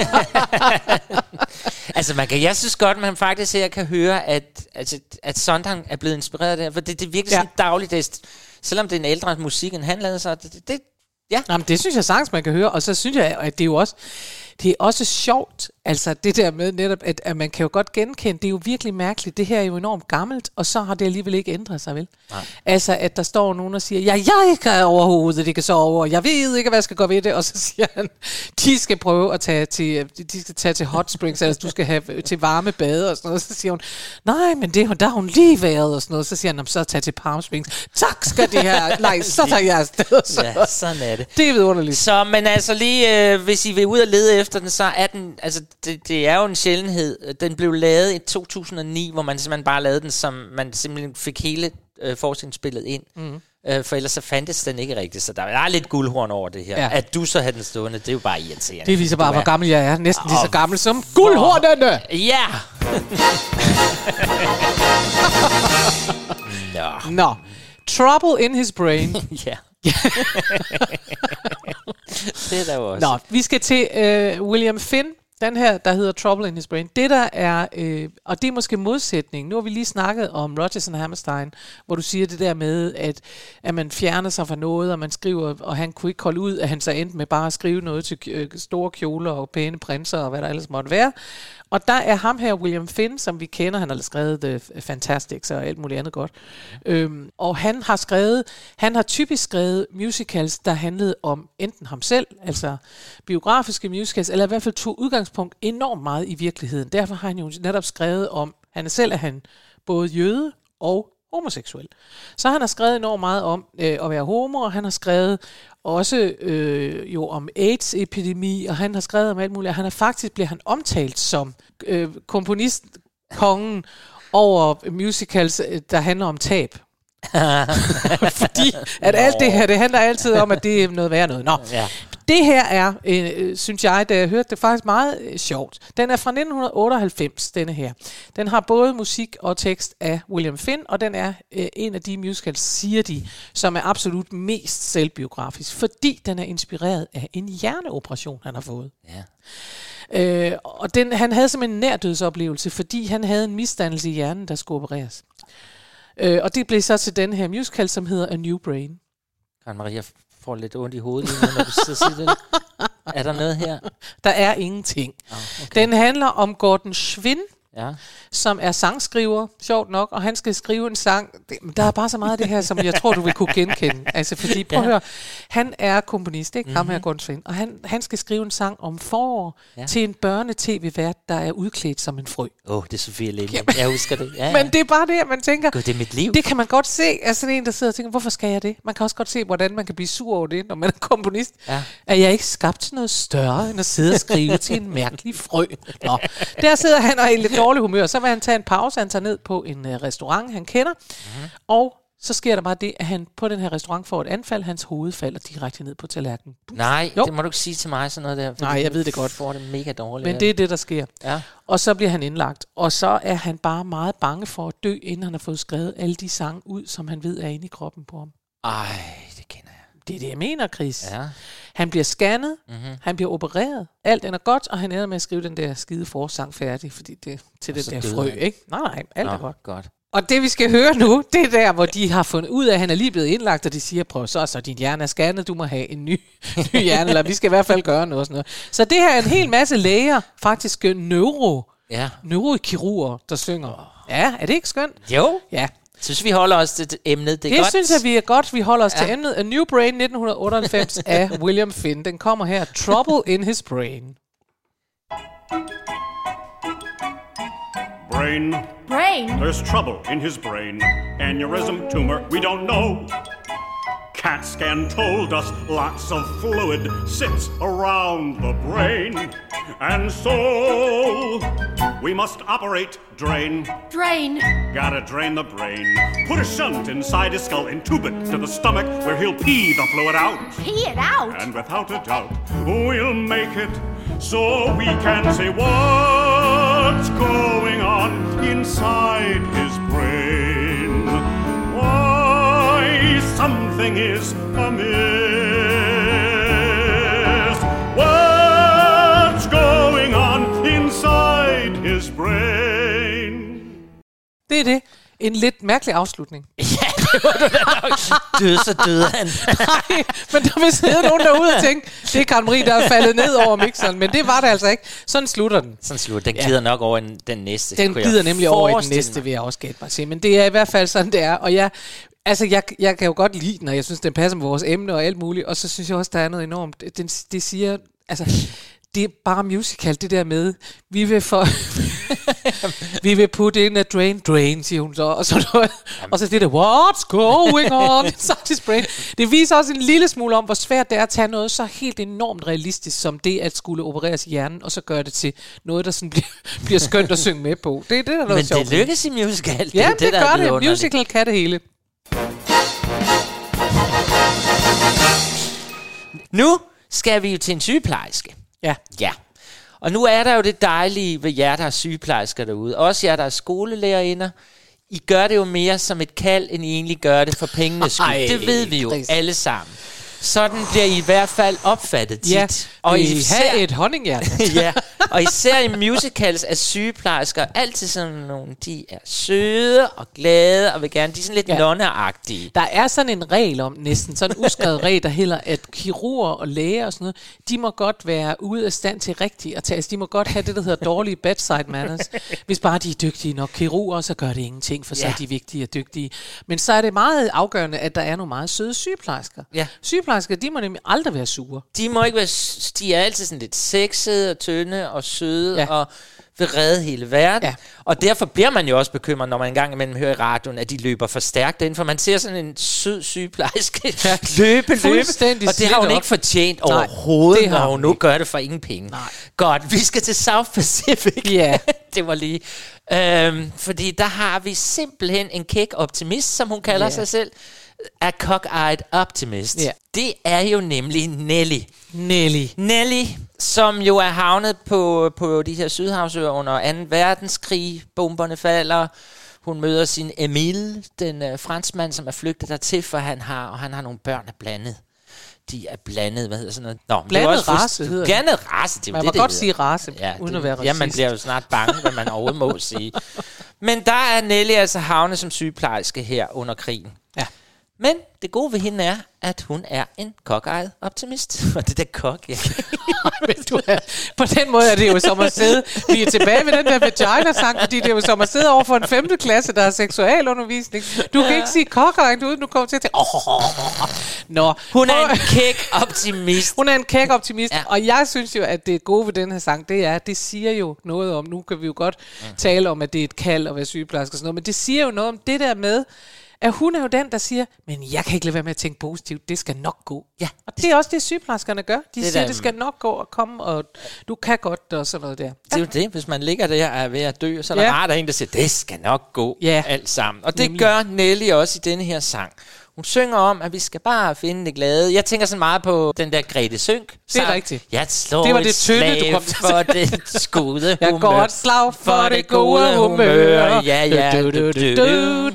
Altså, man kan, jeg synes godt, man faktisk her kan høre, at, altså, at Sondheim er blevet inspireret af det her, for det, det virker ja. sådan dagligdags. Selvom det er en ældre musik, end han lavede, så det... det ja. Jamen, det synes jeg sagtens, man kan høre. Og så synes jeg, at det er jo også... Det er også sjovt, Altså det der med netop, at, at man kan jo godt genkende, det er jo virkelig mærkeligt, det her er jo enormt gammelt, og så har det alligevel ikke ændret sig, vel? Nej. Altså at der står nogen og siger, ja, jeg kan overhovedet, det kan sove over, jeg ved ikke, hvad jeg skal gå ved det, og så siger han, de skal prøve at tage til, de skal tage til hot springs, altså du skal have til varme bade og sådan noget, så siger hun, nej, men det, der har hun lige været og sådan noget, så siger han, så tag til Palm Springs, tak skal det her, nej, så tager jeg afsted. Så. Ja, sådan er det. Det er vidunderligt. Så, men altså lige, øh, hvis I vil ud og lede efter den, så er den, altså det, det er jo en sjældenhed. Den blev lavet i to tusind og ni, hvor man simpelthen bare lavede den, som man simpelthen fik hele øh, forskningsspillet ind. Mm. Øh, for ellers så fandtes den ikke rigtigt, så der er lidt guldhorn over det her. Ja. At du så havde den stående, det er jo bare irriterende. Det viser bare, hvor gammel jeg er. Næsten lige så gammel som guldhornene! Ja! Nå. Nå. Trouble in his brain. Ja. Det er der jo også. Nå, vi skal til øh, William Finn. Den her, der hedder Trouble in his brain. Det der er, øh, og det er måske modsætning. Nu har vi lige snakket om Rodgers and Hammerstein, hvor du siger det der med, at, at man fjerner sig fra noget, og man skriver, og han kunne ikke holde ud, at han så endte med bare at skrive noget til øh, store kjoler og pæne prinser og hvad der ellers måtte være. Og der er ham her, William Finn, som vi kender, han har skrevet The Fantastics og alt muligt andet godt. Øhm, og han har skrevet, han har typisk skrevet musicals, der handlede om enten ham selv, altså biografiske musicals, eller i hvert fald tog udgangspunkt enormt meget i virkeligheden. Derfor har han jo netop skrevet om, han selv er han både jøde og homoseksuel. Så han har skrevet enormt meget om øh, at være homo, og han har skrevet også øh, jo om AIDS-epidemi, og han har skrevet om alt muligt. Han er faktisk, bliver han omtalt som øh, komponistkongen over musicals, der handler om tab. Fordi at alt det her, det handler altid om, at det er noget værre noget. Nå. Ja. Det her er, øh, synes jeg, da jeg hørte det, faktisk meget øh, sjovt. Den er fra nitten otteoghalvfems, denne her. Den har både musik og tekst af William Finn, og den er øh, en af de musicals, siger de, som er absolut mest selvbiografisk, fordi den er inspireret af en hjerneoperation, han har fået. Ja. Øh, og den, han havde simpelthen en nærdødsoplevelse, fordi han havde en misdannelse i hjernen, der skulle opereres. Øh, og det blev så til den her musical, som hedder A New Brain. Karen Maria får lidt ondt i hovedet, lige nu, når du sidder og siger det. Er der noget her? Der er ingenting. Oh, okay. Den handler om Gordon Schwinn, ja. Som er sangskriver, sjovt nok, og han skal skrive en sang. Der er bare så meget af det her, som jeg tror, du vil kunne genkende. Altså, fordi, prøv at ja. høre, han er komponist, ikke? Mm-hmm. Ham her, Gordon Schwinn, og han, han skal skrive en sang om forår ja. til en børne-tv-vært, der er udklædt som en frø. Åh, oh, det er Sofie Linde. Jeg husker det. Ja, ja. Men det er bare det, man tænker. God, det er mit liv. Det kan man godt se, af sådan en, der sidder og tænker, hvorfor skal jeg det? Man kan også godt se, hvordan man kan blive sur over det, når man er komponist. Ja. Er jeg ikke skabt til noget større, end at sidde og skrive til en mærkelig frø? Nå. Der sidder han og er i lidt dårlig humør, så vil han tage en pause, han tager ned på en uh, restaurant, han kender, mm-hmm. og så sker der bare det, at han på den her restaurant får et anfald, hans hoved falder direkte ned på tallerkenen. Nej, jo. Det må du ikke sige til mig, sådan noget der. Nej, jeg ved det godt. Får det mega dårligt. Men det er det, der sker. Ja. Og så bliver han indlagt, og så er han bare meget bange for at dø, inden han har fået skrevet alle de sange ud, som han ved er inde i kroppen på ham. Ej, det kender jeg. Det er det, jeg mener, Chris. Ja. Han bliver scannet, mm-hmm. han bliver opereret, alt ender godt, og han ender med at skrive den der skide forsang færdig, fordi det til det der frø, ikke? Nej, nej, alt Nå, er godt. godt. Og det vi skal høre nu, det er der, hvor de har fundet ud af, at han er lige blevet indlagt, og de siger, prøv så, så din hjerne er scannet, du må have en ny, ny hjerne, eller vi skal i hvert fald gøre noget. Sådan noget. Så det her er en hel masse læger, faktisk neuro, ja. neurokirurger, der synger. Ja, er det ikke skønt? Jo. Ja. Jeg synes, vi holder os til emnet. Det, er det godt. synes jeg, vi er godt. Vi holder os ja. til emnet. A New Brain nitten otteoghalvfems af William Finn. Den kommer her. Trouble in his brain. Brain. Brain? There's trouble in his brain. Aneurysm, tumor, we don't know. CAT scan told us lots of fluid sits around the brain. And so we must operate, drain. Drain? Gotta drain the brain. Put a shunt inside his skull, intube it to the stomach where he'll pee the fluid out. Pee it out? And without a doubt, we'll make it so we can say what's going on inside his brain. Why something is amiss. What's going on inside his brain? Det er det. En lidt mærkelig afslutning. Ja, det var du da nok. Døde, så døde han. Nej, men der vil sidde nogen derude og tænke, det er Karen Marie, der er faldet ned over mixeren, men det var det altså ikke. Sådan slutter den. Sådan slutter den. glider ja. nok over den næste. Den glider nemlig over i den næste, vil jeg også gætte mig til. Men det er i hvert fald sådan, det er. Og jeg, altså, jeg, jeg kan jo godt lide den, og jeg synes, den passer med vores emne og alt muligt. Og så synes jeg også, der er noget enormt. Den, det siger, altså... Det er bare musical, det der med, vi vil for, vi vil put in a drain, drain, siger hun så, og så, noget, og så det der, what's going on inside his brain. Det viser også en lille smule om, hvor svært det er at tage noget så helt enormt realistisk, som det at skulle opereres i hjernen, og så gøre det til noget, der sådan bliver, bliver skønt at synge med på. Det er det, der er noget Men sjovt. det lykkes i musical. Det ja, er det, det, det gør det. det. Musical kan det hele. Nu skal vi jo til en sygeplejerske. Ja. Ja. Og nu er der jo det dejlige ved jer, der er sygeplejersker derude. Også jer, der er skolelærerinder. I gør det jo mere som et kald, end I egentlig gør det for pengenes skyld. Ej, det ved vi jo præcis. Alle sammen. Sådan bliver I i hvert fald opfattet tit. Ja, og I især et honninghjerte. Ja, og især i musicals er sygeplejersker altid sådan nogle, de er søde og glade, og vil gerne, de er sådan lidt ja. nonneagtige. Der er sådan en regel om, næsten sådan en uskrevet regel, der hedder, at kirurger og læger og sådan noget, de må godt være ude af stand til rigtigt at tage, altså, de må godt have det, der hedder dårlige bedside manners. Hvis bare de er dygtige nok kirurger, så gør det ingenting, for så ja. er de vigtige og dygtige. Men så er det meget afgørende, at der er nogle meget søde sygeplejersker. Ja. Sygeplejersker, de må nemlig aldrig være sure. De må ikke være, de er altid sådan lidt sexede og tynde og søde ja. og vil redde hele verden. Ja. Og derfor bliver man jo også bekymret, når man engang imellem hører i radioen, at de løber for stærkt ind, for man ser sådan en sød sygeplejerske ja. løbe, løbe, og det har hun ikke fortjent Nej, overhovedet, når hun nu gør det for ingen penge. Nej. Godt, vi skal til South Pacific. Ja. Det var lige. Øhm, fordi der har vi simpelthen en kæk optimist, som hun kalder yeah. sig selv. A cock-eyed optimist. Yeah. Det er jo nemlig Nelly. Nelly. Nelly, som jo er havnet på, på de her Sydhavsøer under anden verdenskrig. Bomberne falder. Hun møder sin Emile, den uh, franskmand, som er flygtet dertil, for han har, og han har nogle børn, der blandet. De er blandet, hvad hedder sådan noget? Nå, blandet det race hedder det. Blandet race, det er man det, må det godt hedder. sige race, ja, uden det, at være racist. Ja, man bliver jo snart bange, hvad man overhovedet må sige. Men der er Nelly altså havnet som sygeplejerske her under krigen. Ja. Men det gode ved hende er, at hun er en cock-eyed optimist. Og det der cock, ja. Men du er, på den måde er det jo som at sidde, vi er tilbage ved den der vagina-sang, fordi det er jo som at sidde over for en femte klasse, der har seksualundervisning. Du kan ikke sige cock-eyed uden du kommer til at tænke, oh, Nå. Hun er en kæk optimist. Hun er en kæk optimist, ja. Og jeg synes jo, at det gode ved den her sang, det er, at det siger jo noget om, nu kan vi jo godt mm. tale om, at det er et kald at være sygeplejerske og sådan noget, men det siger jo noget om det der med, at hun er jo den, der siger, men jeg kan ikke lade være med at tænke positivt, det skal nok gå. Ja. Og det er også det, sygeplejerskerne gør. De det siger, der, det skal nok gå og komme, og du kan godt, og sådan noget der. Ja. Det er jo det, hvis man ligger der og er ved at dø, så er der ja. rart, der en, der siger, det skal nok gå ja. alt sammen. Og det Nemlig. gør Nelly også i denne her sang. Hun synger om, at vi skal bare finde det glade. Jeg tænker sådan meget på den der Grete Synk. Det er rigtigt. Jeg slår det var det tynde, du kom til for det gode humør. Jeg går et slag for, for det gode humør. Ja, ja. Du, du, du, du.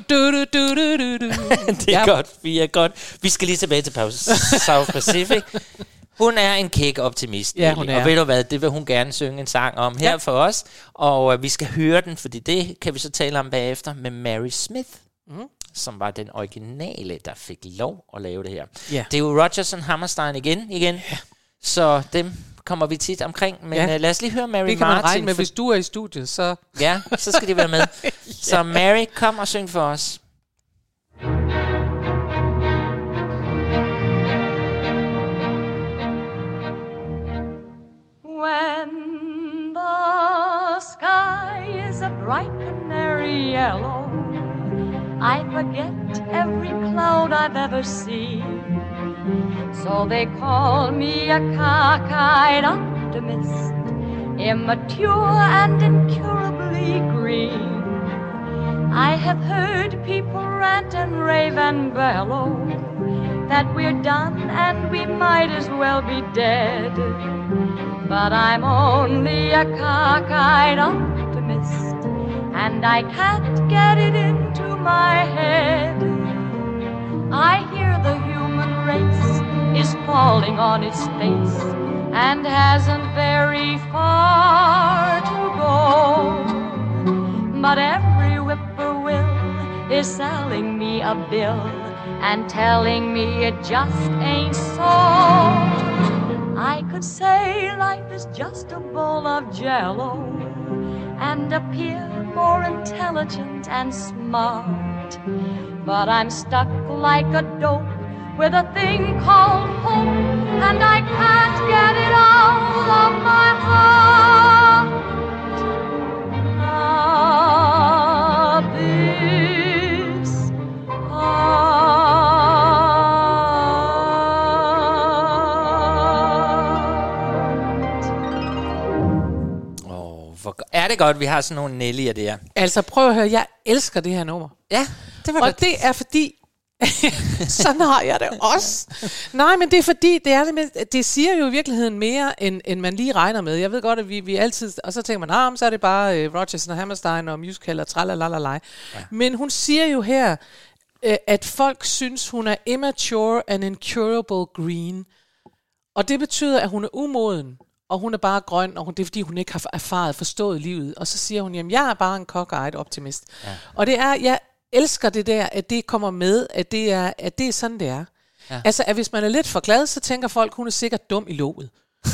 Det er godt. Vi er godt. Vi skal lige tilbage til pause. South Pacific. Hun er en kæk optimist. Ja, hun er. Og ved du hvad, det vil hun gerne synge en sang om her ja. for os. Og uh, vi skal høre den, fordi det kan vi så tale om bagefter med Mary Smith. Mm. Som var den originale, der fik lov at lave det her. Yeah. Det er jo Rodgers and Hammerstein igen, igen. Yeah. Så dem kommer vi tit omkring. Men yeah. uh, lad os lige høre Mary Martin. Det kan man regne med, hvis du er i studiet, så... Ja, så skal de være med. yeah. Så Mary, kom og syng for os. When the sky is a bright canary yellow, I forget every cloud I've ever seen. So they call me a cockeyed optimist, immature and incurably green. I have heard people rant and rave and bellow that we're done and we might as well be dead. But I'm only a cockeyed optimist, and I can't get it into my head. I hear the human race is falling on its face and hasn't very far to go. But every whippoorwill selling me a bill and telling me it just ain't so. I could say life is just a bowl of jello and appear more intelligent and smart, but I'm stuck like a dope with a thing called hope, and I can't get it out of my heart. Ah, this Åh, hvor er det godt, vi har sådan nogle Nelly'er der. Altså prøv at høre, jeg elsker det her nummer. Ja, det var Og godt. det er fordi, sådan har jeg det også. Nej, men det er fordi, det, er det, med, det siger jo i virkeligheden mere, end, end man lige regner med. Jeg ved godt, at vi, vi altid... Og så tænker man, ah, så er det bare uh, Rodgers og Hammerstein og musical og tralalalala. Ja. Men hun siger jo her, uh, at folk synes, hun er immature and incurable green. Og det betyder, at hun er umoden, og hun er bare grøn, og hun, det er fordi, hun ikke har erfaret, forstået livet. Og så siger hun, jamen, jeg er bare en cockeyed optimist. Ja. Og det er... Jeg elsker det der, at det kommer med, at det er, at det er sådan, det er. Ja. Altså, at hvis man er lidt for glad, så tænker folk, hun er sikkert dum i låget.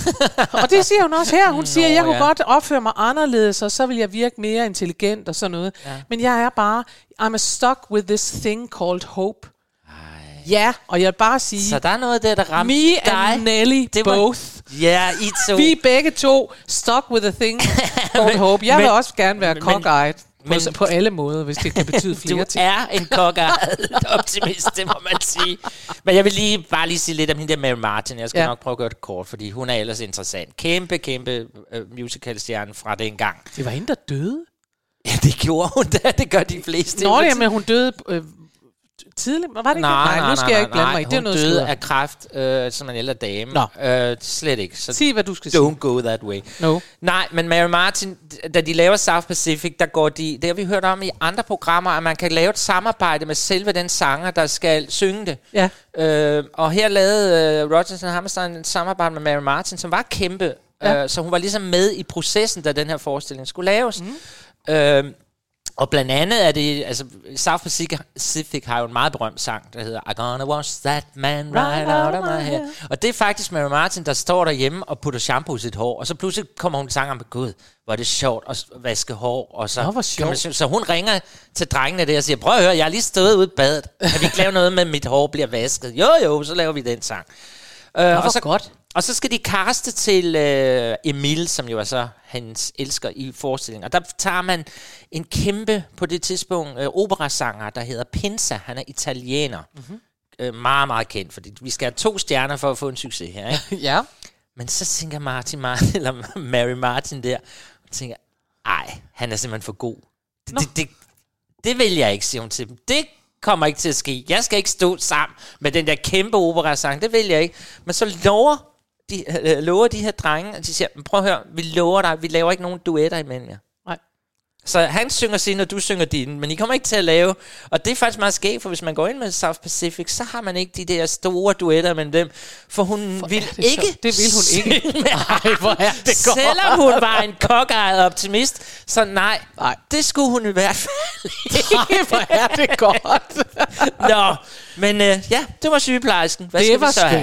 Og det siger hun også her. Hun siger, Nå, jeg kunne ja. godt opføre mig anderledes, og så vil jeg virke mere intelligent og sådan noget. Ja. Men jeg er bare, I'm stuck with this thing called hope. Ej. Ja, og jeg vil bare sige, så der er noget der, der ramte me dig. and Nelly det var, both. Ja, I to. Vi er begge to stuck with a thing called hope. Jeg men, vil også gerne være cockeyed. Men, på, på alle måder, hvis det kan betyde flere ting. Du er en cockeyed optimist, det må man sige. Men jeg vil lige bare lige sige lidt om hende der Mary Martin. Jeg skal ja. nok prøve at gøre det kort, fordi hun er ellers interessant. Kæmpe, kæmpe uh, musicalstjerne fra den gang. Det var hende, der døde? Ja, det gjorde hun da. Det gør de fleste. Nå, ja, men hun døde... Øh, tidligt? Var det ikke nej, nej, nej, nu skal nej, jeg ikke blande mig i. Det er noget døde sludder. Af kræft øh, som en ældre dame. Øh, slet ikke. Så sig, hvad du skal don't sige. Don't go that way. No. Nej, men Mary Martin, da de laver South Pacific, der går de... Det har vi hørt om i andre programmer, at man kan lave et samarbejde med selve den sanger, der skal synge det. Ja. Øh, og her lavede øh, Rodgers og Hammerstein et samarbejde med Mary Martin, som var kæmpe. Ja. Øh, så hun var ligesom med i processen, da den her forestilling skulle laves. Mm. Øh, Og blandt andet er det, altså South Pacific har jo en meget berømt sang, der hedder I gonna wash that man right out of my head. Og det er faktisk Mary Martin, der står derhjemme og putter shampoo i sit hår, og så pludselig kommer hun og sang om, gud, hvor er det sjovt at vaske hår. Og så, Nå, hvor sjovt. man, så hun ringer til drengene der og siger, prøv at høre, jeg har lige stået ude i badet, kan vi ikke lave noget med, mit hår bliver vasket? Jo jo, så laver vi den sang. Uh, Nå, og så godt. Og så skal de kaste til øh, Emil, som jo er så hans elsker i forestillingen. Og der tager man en kæmpe, på det tidspunkt, øh, operasanger, der hedder Pinza. Han er italiener. Mm-hmm. Øh, meget, meget kendt, fordi vi skal have to stjerner for at få en succes her. Ikke? Ja. Men så tænker Martin Martin, eller Mary Martin der, og tænker, ej, han er simpelthen for god. Det, det, det, det vil jeg ikke, siger hun til dem. Det kommer ikke til at ske. Jeg skal ikke stå sammen med den der kæmpe operasang. Det vil jeg ikke. Men så lover de, øh, lover de her drenge, og de siger, prøv at høre, vi lover dig, vi laver ikke nogen duetter imellem jer. Nej. Så han synger sin, og du synger din, men I kommer ikke til at lave, og det er faktisk meget skægt, for hvis man går ind med South Pacific, så har man ikke de der store duetter mellem dem, for hun for vil det ikke. Så? Det vil hun ikke. Nej, hvor er det godt. Selvom hun var en cockeyed optimist, så nej, nej, det skulle hun i hvert fald ikke. Nej, hvor er det godt. Nå, men øh, ja, det var sygeplejersken. Hvad det skal var vi så skønt. Have?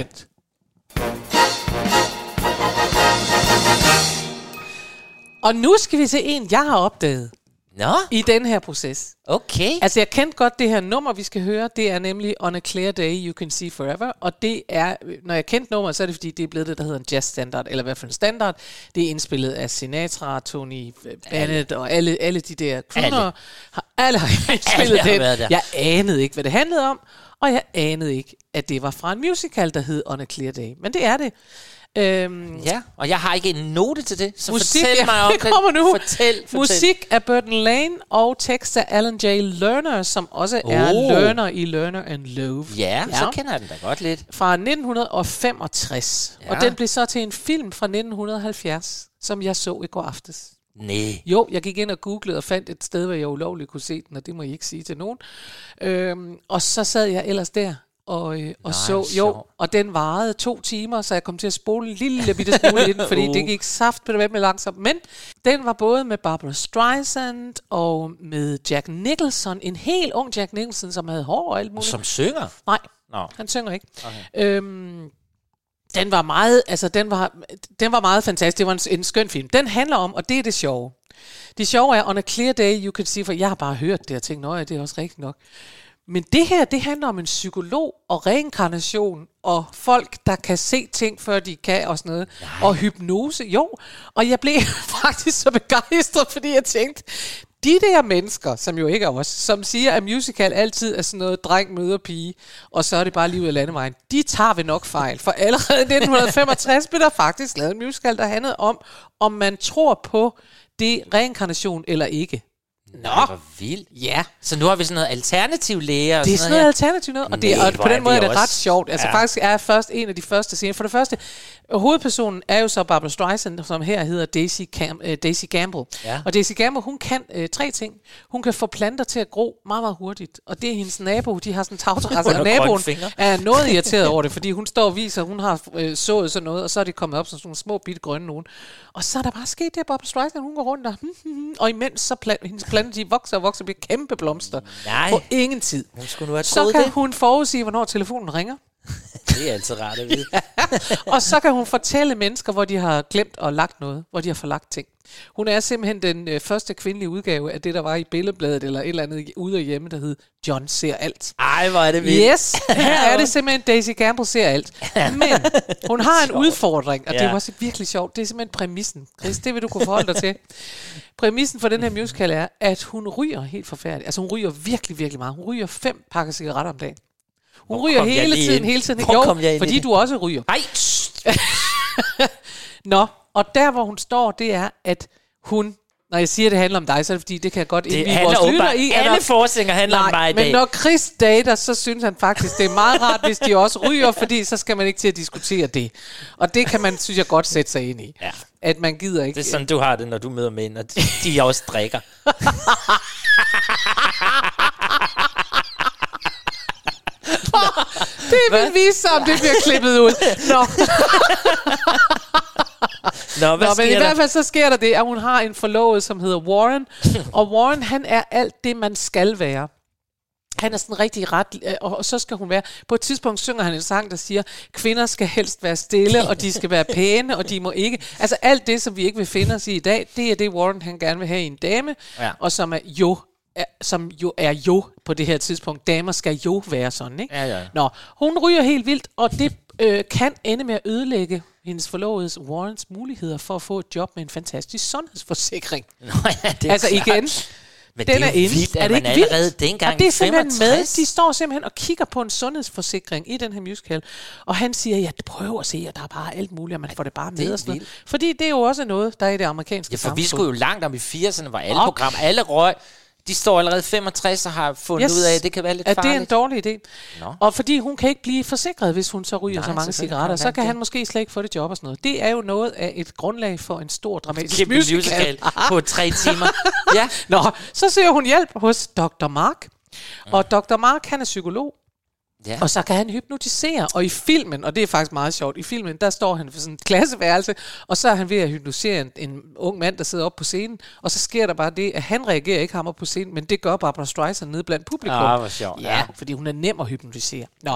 Og nu skal vi til en, jeg har opdaget. Nå? I den her proces. Okay. Altså, jeg kendte godt det her nummer, vi skal høre. Det er nemlig On a Clear Day, You Can See Forever. Og det er, når jeg kendte nummeret, så er det fordi, det er blevet det, der hedder en jazz standard, eller i hvert fald en standard. Det er indspillet af Sinatra, Tony Bennett og alle, alle de der crooner. Alle har, alle har indspillet den. Jeg anede ikke, hvad det handlede om, og jeg anede ikke, at det var fra en musical, der hed On a Clear Day. Men det er det. Øhm, ja, og jeg har ikke en note til det, så musik, fortæl mig om det. Kommer nu. Fortæl, fortæl. Musik af Burton Lane og tekst af Alan J. Lerner, som også oh. er Lerner i Lerner and Loewe. Ja, ja, så kender jeg den da godt lidt. Fra nitten femogtres, ja. Og den blev så til en film fra nitten halvfjerds, som jeg så i går aftes. Nej. Jo, jeg gik ind og googlede og fandt et sted, hvor jeg ulovligt kunne se den, og det må jeg ikke sige til nogen. Øhm, og så sad jeg ellers der og, øh, og Nej, så, jo, sjov. og den varede to timer, så jeg kom til at spole en lille bitte smule i den, fordi uh. det gik saft på det med langsomt. Men den var både med Barbra Streisand og med Jack Nicholson, en helt ung Jack Nicholson, som havde hår og alt muligt. Som synger? Nej, no. han synger ikke. Okay. Øhm, den var meget, altså den var, den var meget fantastisk. Det var en, en skøn film. Den handler om, og det er det sjove. Det sjove er, on a clear day, you can see, for jeg har bare hørt det og tænkt, nøj, det er også rigtigt nok. Men det her, det handler om en psykolog og reinkarnation, og folk, der kan se ting, før de kan, og sådan noget. Nej. Og hypnose, jo. Og jeg blev faktisk så begejstret, fordi jeg tænkte, de der mennesker, som jo ikke er os, som siger, at musical altid er sådan noget dreng møder pige, og så er det bare lige ud af landevejen, de tager vi nok fejl. For allerede i nitten femogtres blev der faktisk lavet en musical, der handlede om, om man tror på det reinkarnation eller ikke. Nå, hvor vildt. Ja. Så nu har vi sådan noget alternativ læger. Det er sådan noget, noget alternativ noget, og, det, Nej, og på den måde er det også ret sjovt. Altså ja. Faktisk er først en af de første scener. For det første, hovedpersonen er jo så Barbra Streisand, som her hedder Daisy, Cam- uh, Daisy Gamble. Ja. Og Daisy Gamble, hun kan uh, tre ting. Hun kan få planter til at gro meget, meget hurtigt. Og det er hendes nabo, de har sådan en tagterrasse, og naboen er noget irriteret over det, fordi hun står og viser, hun har uh, sået sådan noget, og så er det kommet op som sådan nogle små, bitte grønne nogen. Og så er der bare sket det, at Barbra Streisand, hun går rundt og, hmm, hmm, hmm, og imens så plan- hendes planter, de vokser og vokser og bliver kæmpe blomster. Nej. På ingen tid. Hun skulle nu have så kan det. hun forudsige, hvornår telefonen ringer. Det er altid rart at vide. Ja. Og så kan hun fortælle mennesker, hvor de har glemt og lagt noget, hvor de har forlagt ting. Hun er simpelthen den øh, første kvindelige udgave af det, der var i Billedbladet, eller et eller andet ude og hjemme, der hed John ser alt. Ej, hvor er det vildt. Yes, her er det simpelthen Daisy Gamble ser alt. Men hun har en udfordring, og ja. Det er også virkelig sjovt. Det er simpelthen præmissen. Chris, det vil du kunne forholde dig til. Præmissen for den her musical er, at hun ryger helt forfærdeligt. Altså hun ryger virkelig, virkelig meget. Hun ryger fem pakker cigaretter om dagen. Hun Hvor ryger hele tiden, ind? hele tiden. Hvor Jo, fordi du også ryger. Nej. Nå, og der hvor hun står, det er, at hun, når jeg siger, at det handler om dig, så er det fordi, det kan jeg godt indvige vores lytter i. Alle forsinger handler nej, om mig i men dag. når Chris dater, så synes han faktisk, det er meget rart, hvis de også ryger, fordi så skal man ikke til at diskutere det. Og det kan man, synes jeg, godt sætte sig ind i. Ja. At man gider ikke. Det er sådan, du har det, når du møder mænd, og de også drikker. Det vil vise sig, om det bliver klippet ud. Nå. Nå, hvad Nå, men i der? hvert fald så sker der det, at hun har en forlovet, som hedder Warren. Og Warren, han er alt det, man skal være. Han er sådan rigtig ret, og så skal hun være. På et tidspunkt synger han en sang, der siger, kvinder skal helst være stille, og de skal være pæne, og de må ikke. Altså alt det, som vi ikke vil finde os i i dag, det er det, Warren han gerne vil have i en dame, ja. Og som er jo er, som jo er jo på det her tidspunkt. Damer skal jo være sådan, ikke? Ja, ja. Nå, hun ryger helt vildt, og det øh, kan ende med at ødelægge hendes forlovedes Warrens muligheder for at få et job med en fantastisk sundhedsforsikring. Nå ja, det er altså klart. igen, men den det er, er inde. vildt, at er det man ikke vildt? allerede dengang og det er simpelthen femogtres med. De står simpelthen og kigger på en sundhedsforsikring i den her musical, og han siger, ja, prøv at se, at der er bare alt muligt, og man får det bare med. Og sådan noget. Fordi det er jo også noget, der er i det amerikanske ja, for samfund. vi skulle jo langt om i firserne, hvor alle programmer, alle røg, de står allerede femogtres og har fundet yes. ud af, at det kan være lidt at farligt. det er en dårlig idé. Nå. Og fordi hun kan ikke blive forsikret, hvis hun så ryger Nej, så mange cigaretter, så kan han måske slet ikke få det job og sådan noget. Det er jo noget af et grundlag for en stor dramatisk musical. musical på tre timer. Ja. Nå, så søger hun hjælp hos doktor Mark. Mm. Og doktor Mark, han er psykolog. Ja. Og så kan han hypnotisere. Og i filmen, og det er faktisk meget sjovt, i filmen, der står han for sådan et klasseværelse, og så er han ved at hypnotisere en, en ung mand, der sidder oppe på scenen, og så sker der bare det, at han reagerer ikke ham op på scenen, men det gør Barbra Streisand nede blandt publikum. Ah, hvor sjovt. Ja, fordi hun er nem at hypnotisere. Nå. Ja.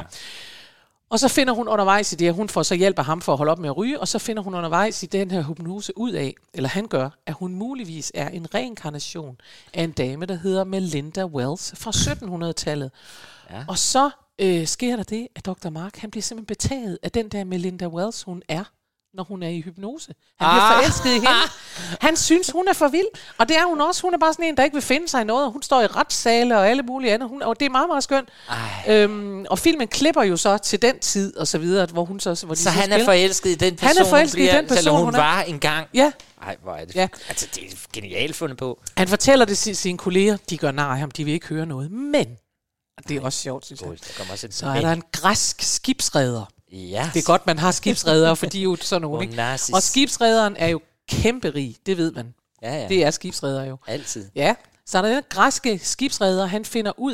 Og så finder hun undervejs i det, hun får så hjælp af ham for at holde op med at ryge, og så finder hun undervejs i den her hypnose ud af, eller han gør, at hun muligvis er en reinkarnation af en dame, der hedder Melinda Wells fra sytten hundrede-tallet. Ja. Og så øh, sker der det, at doktor Mark, han bliver simpelthen betaget af den der Melinda Wells, hun er, når hun er i hypnose. Han bliver ah. forelsket i hende. Han synes, hun er for vild. Og det er hun også. Hun er bare sådan en, der ikke vil finde sig i noget. Hun står i retssale og alle mulige andre. Hun, og det er meget, meget skønt. Øhm, og filmen klipper jo så til den tid, og så videre, hvor hun så... Hvor de så så han spiller. er forelsket i den person, han er forelsket bliver, i den person, eller hun, hun var engang. Ja. Ej, hvor er det... Ja. Altså, det er genialt fundet på. Han fortæller det til sine kolleger. De gør nar af ham. De vil ikke høre noget. Men... og det er også sjovt, synes jeg. God, så er der en græsk skibsreder. Yes. Det er godt, man har skibsredere, for de er jo sådan nogle, ikke? Og skibsrederen er jo kæmperig, det ved man. Ja, ja. Det er skibsredere jo. Altid. Ja, så er der den græske skibsreder, han finder ud af,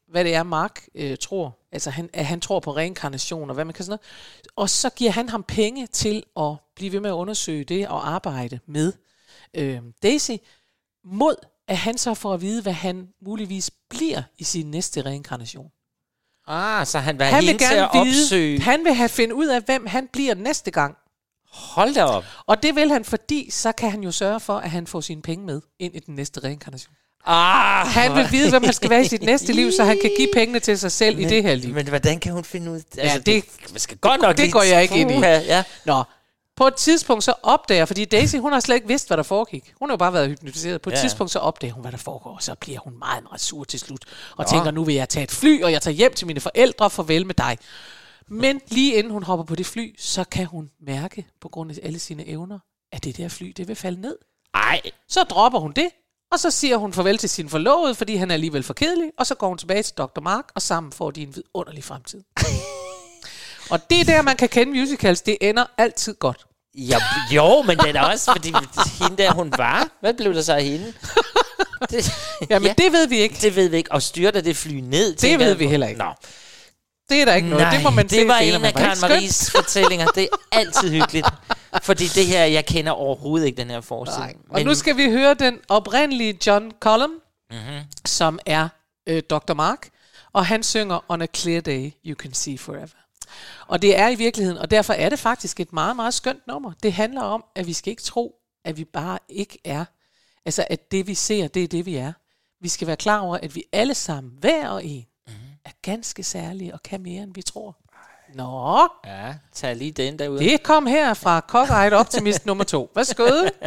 hvad det er, Mark øh, tror. Altså, han, at han tror på reinkarnation og hvad man kan sådan noget. Og så giver han ham penge til at blive ved med at undersøge det og arbejde med øh, Daisy, mod at han så får at vide, hvad han muligvis bliver i sin næste reinkarnation. Ah, så han vil have han hende vil til at vide, opsøge. Han vil have fundet ud af, hvem han bliver næste gang. Hold da op. Og det vil han, fordi så kan han jo sørge for, at han får sine penge med ind i den næste reinkarnation. Ah, han vil vide, hvem han skal være i sit næste liv, så han kan give pengene til sig selv men, i det her liv. Men hvordan kan hun finde ud? Altså, ja, det, det skal godt nok det går jeg ikke ind i. Ja. Nå, på et tidspunkt så opdager, fordi Daisy, hun har slet ikke vidst, hvad der foregik. Hun har jo bare været hypnotiseret. På et ja. tidspunkt så opdager hun, hvad der foregår, og så bliver hun meget, meget sur til slut. Og Nå. tænker, nu vil jeg tage et fly, og jeg tager hjem til mine forældre og farvel med dig. Men lige inden hun hopper på det fly, så kan hun mærke, på grund af alle sine evner, at det der fly, det vil falde ned. Ej. Så dropper hun det, og så siger hun farvel til sin forlovede, fordi han er alligevel for kedelig, og så går hun tilbage til doktor Mark, og sammen får de en vidunderlig fremtid. Og det er der, man kan kende musicals, det ender altid godt. Ja, jo, men det er også, fordi hende der, hun var. Hvad blev der så af hende? Det, Jamen, ja, det ved vi ikke. Det ved vi ikke. Og styrter det fly ned? Det ved vi heller ikke. Nå. Det er der ikke noget. Nej, det må man det se. var en af Karen Maries fortællinger. Det er altid hyggeligt. Fordi det her, jeg kender overhovedet ikke den her forestilling. Og men nu skal vi høre den oprindelige John Cullum, mm-hmm. som er øh, doktor Mark. Og han synger On a Clear Day, You Can See Forever. Og det er i virkeligheden, og derfor er det faktisk et meget, meget skønt nummer. Det handler om, at vi skal ikke tro, at vi bare ikke er. Altså, at det vi ser, det er det vi er. Vi skal være klar over, at vi alle sammen, hver og en, mm-hmm. er ganske særlige og kan mere, end vi tror. Nå. Ja, tag lige den derude. Det kom her fra Cockeyed Optimist nummer to. Værsgo.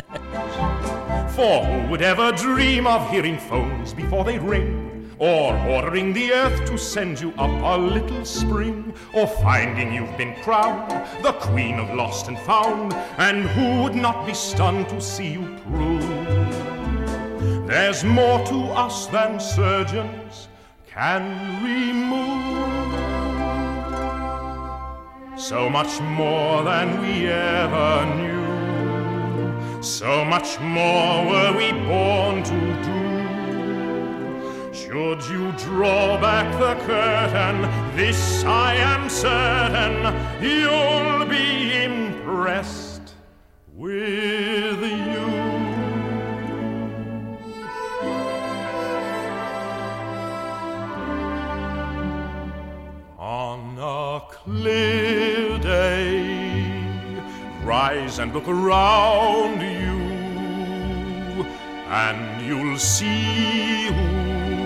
For who would ever dream of hearing phones before they ring? Or ordering the earth to send you up a little spring, or finding you've been crowned the queen of lost and found, and who would not be stunned to see you prove there's more to us than surgeons can remove, so much more than we ever knew, so much more were we born to do. Should you draw back the curtain, this I am certain, you'll be impressed with you. On a clear day, rise and look around you, and you'll see who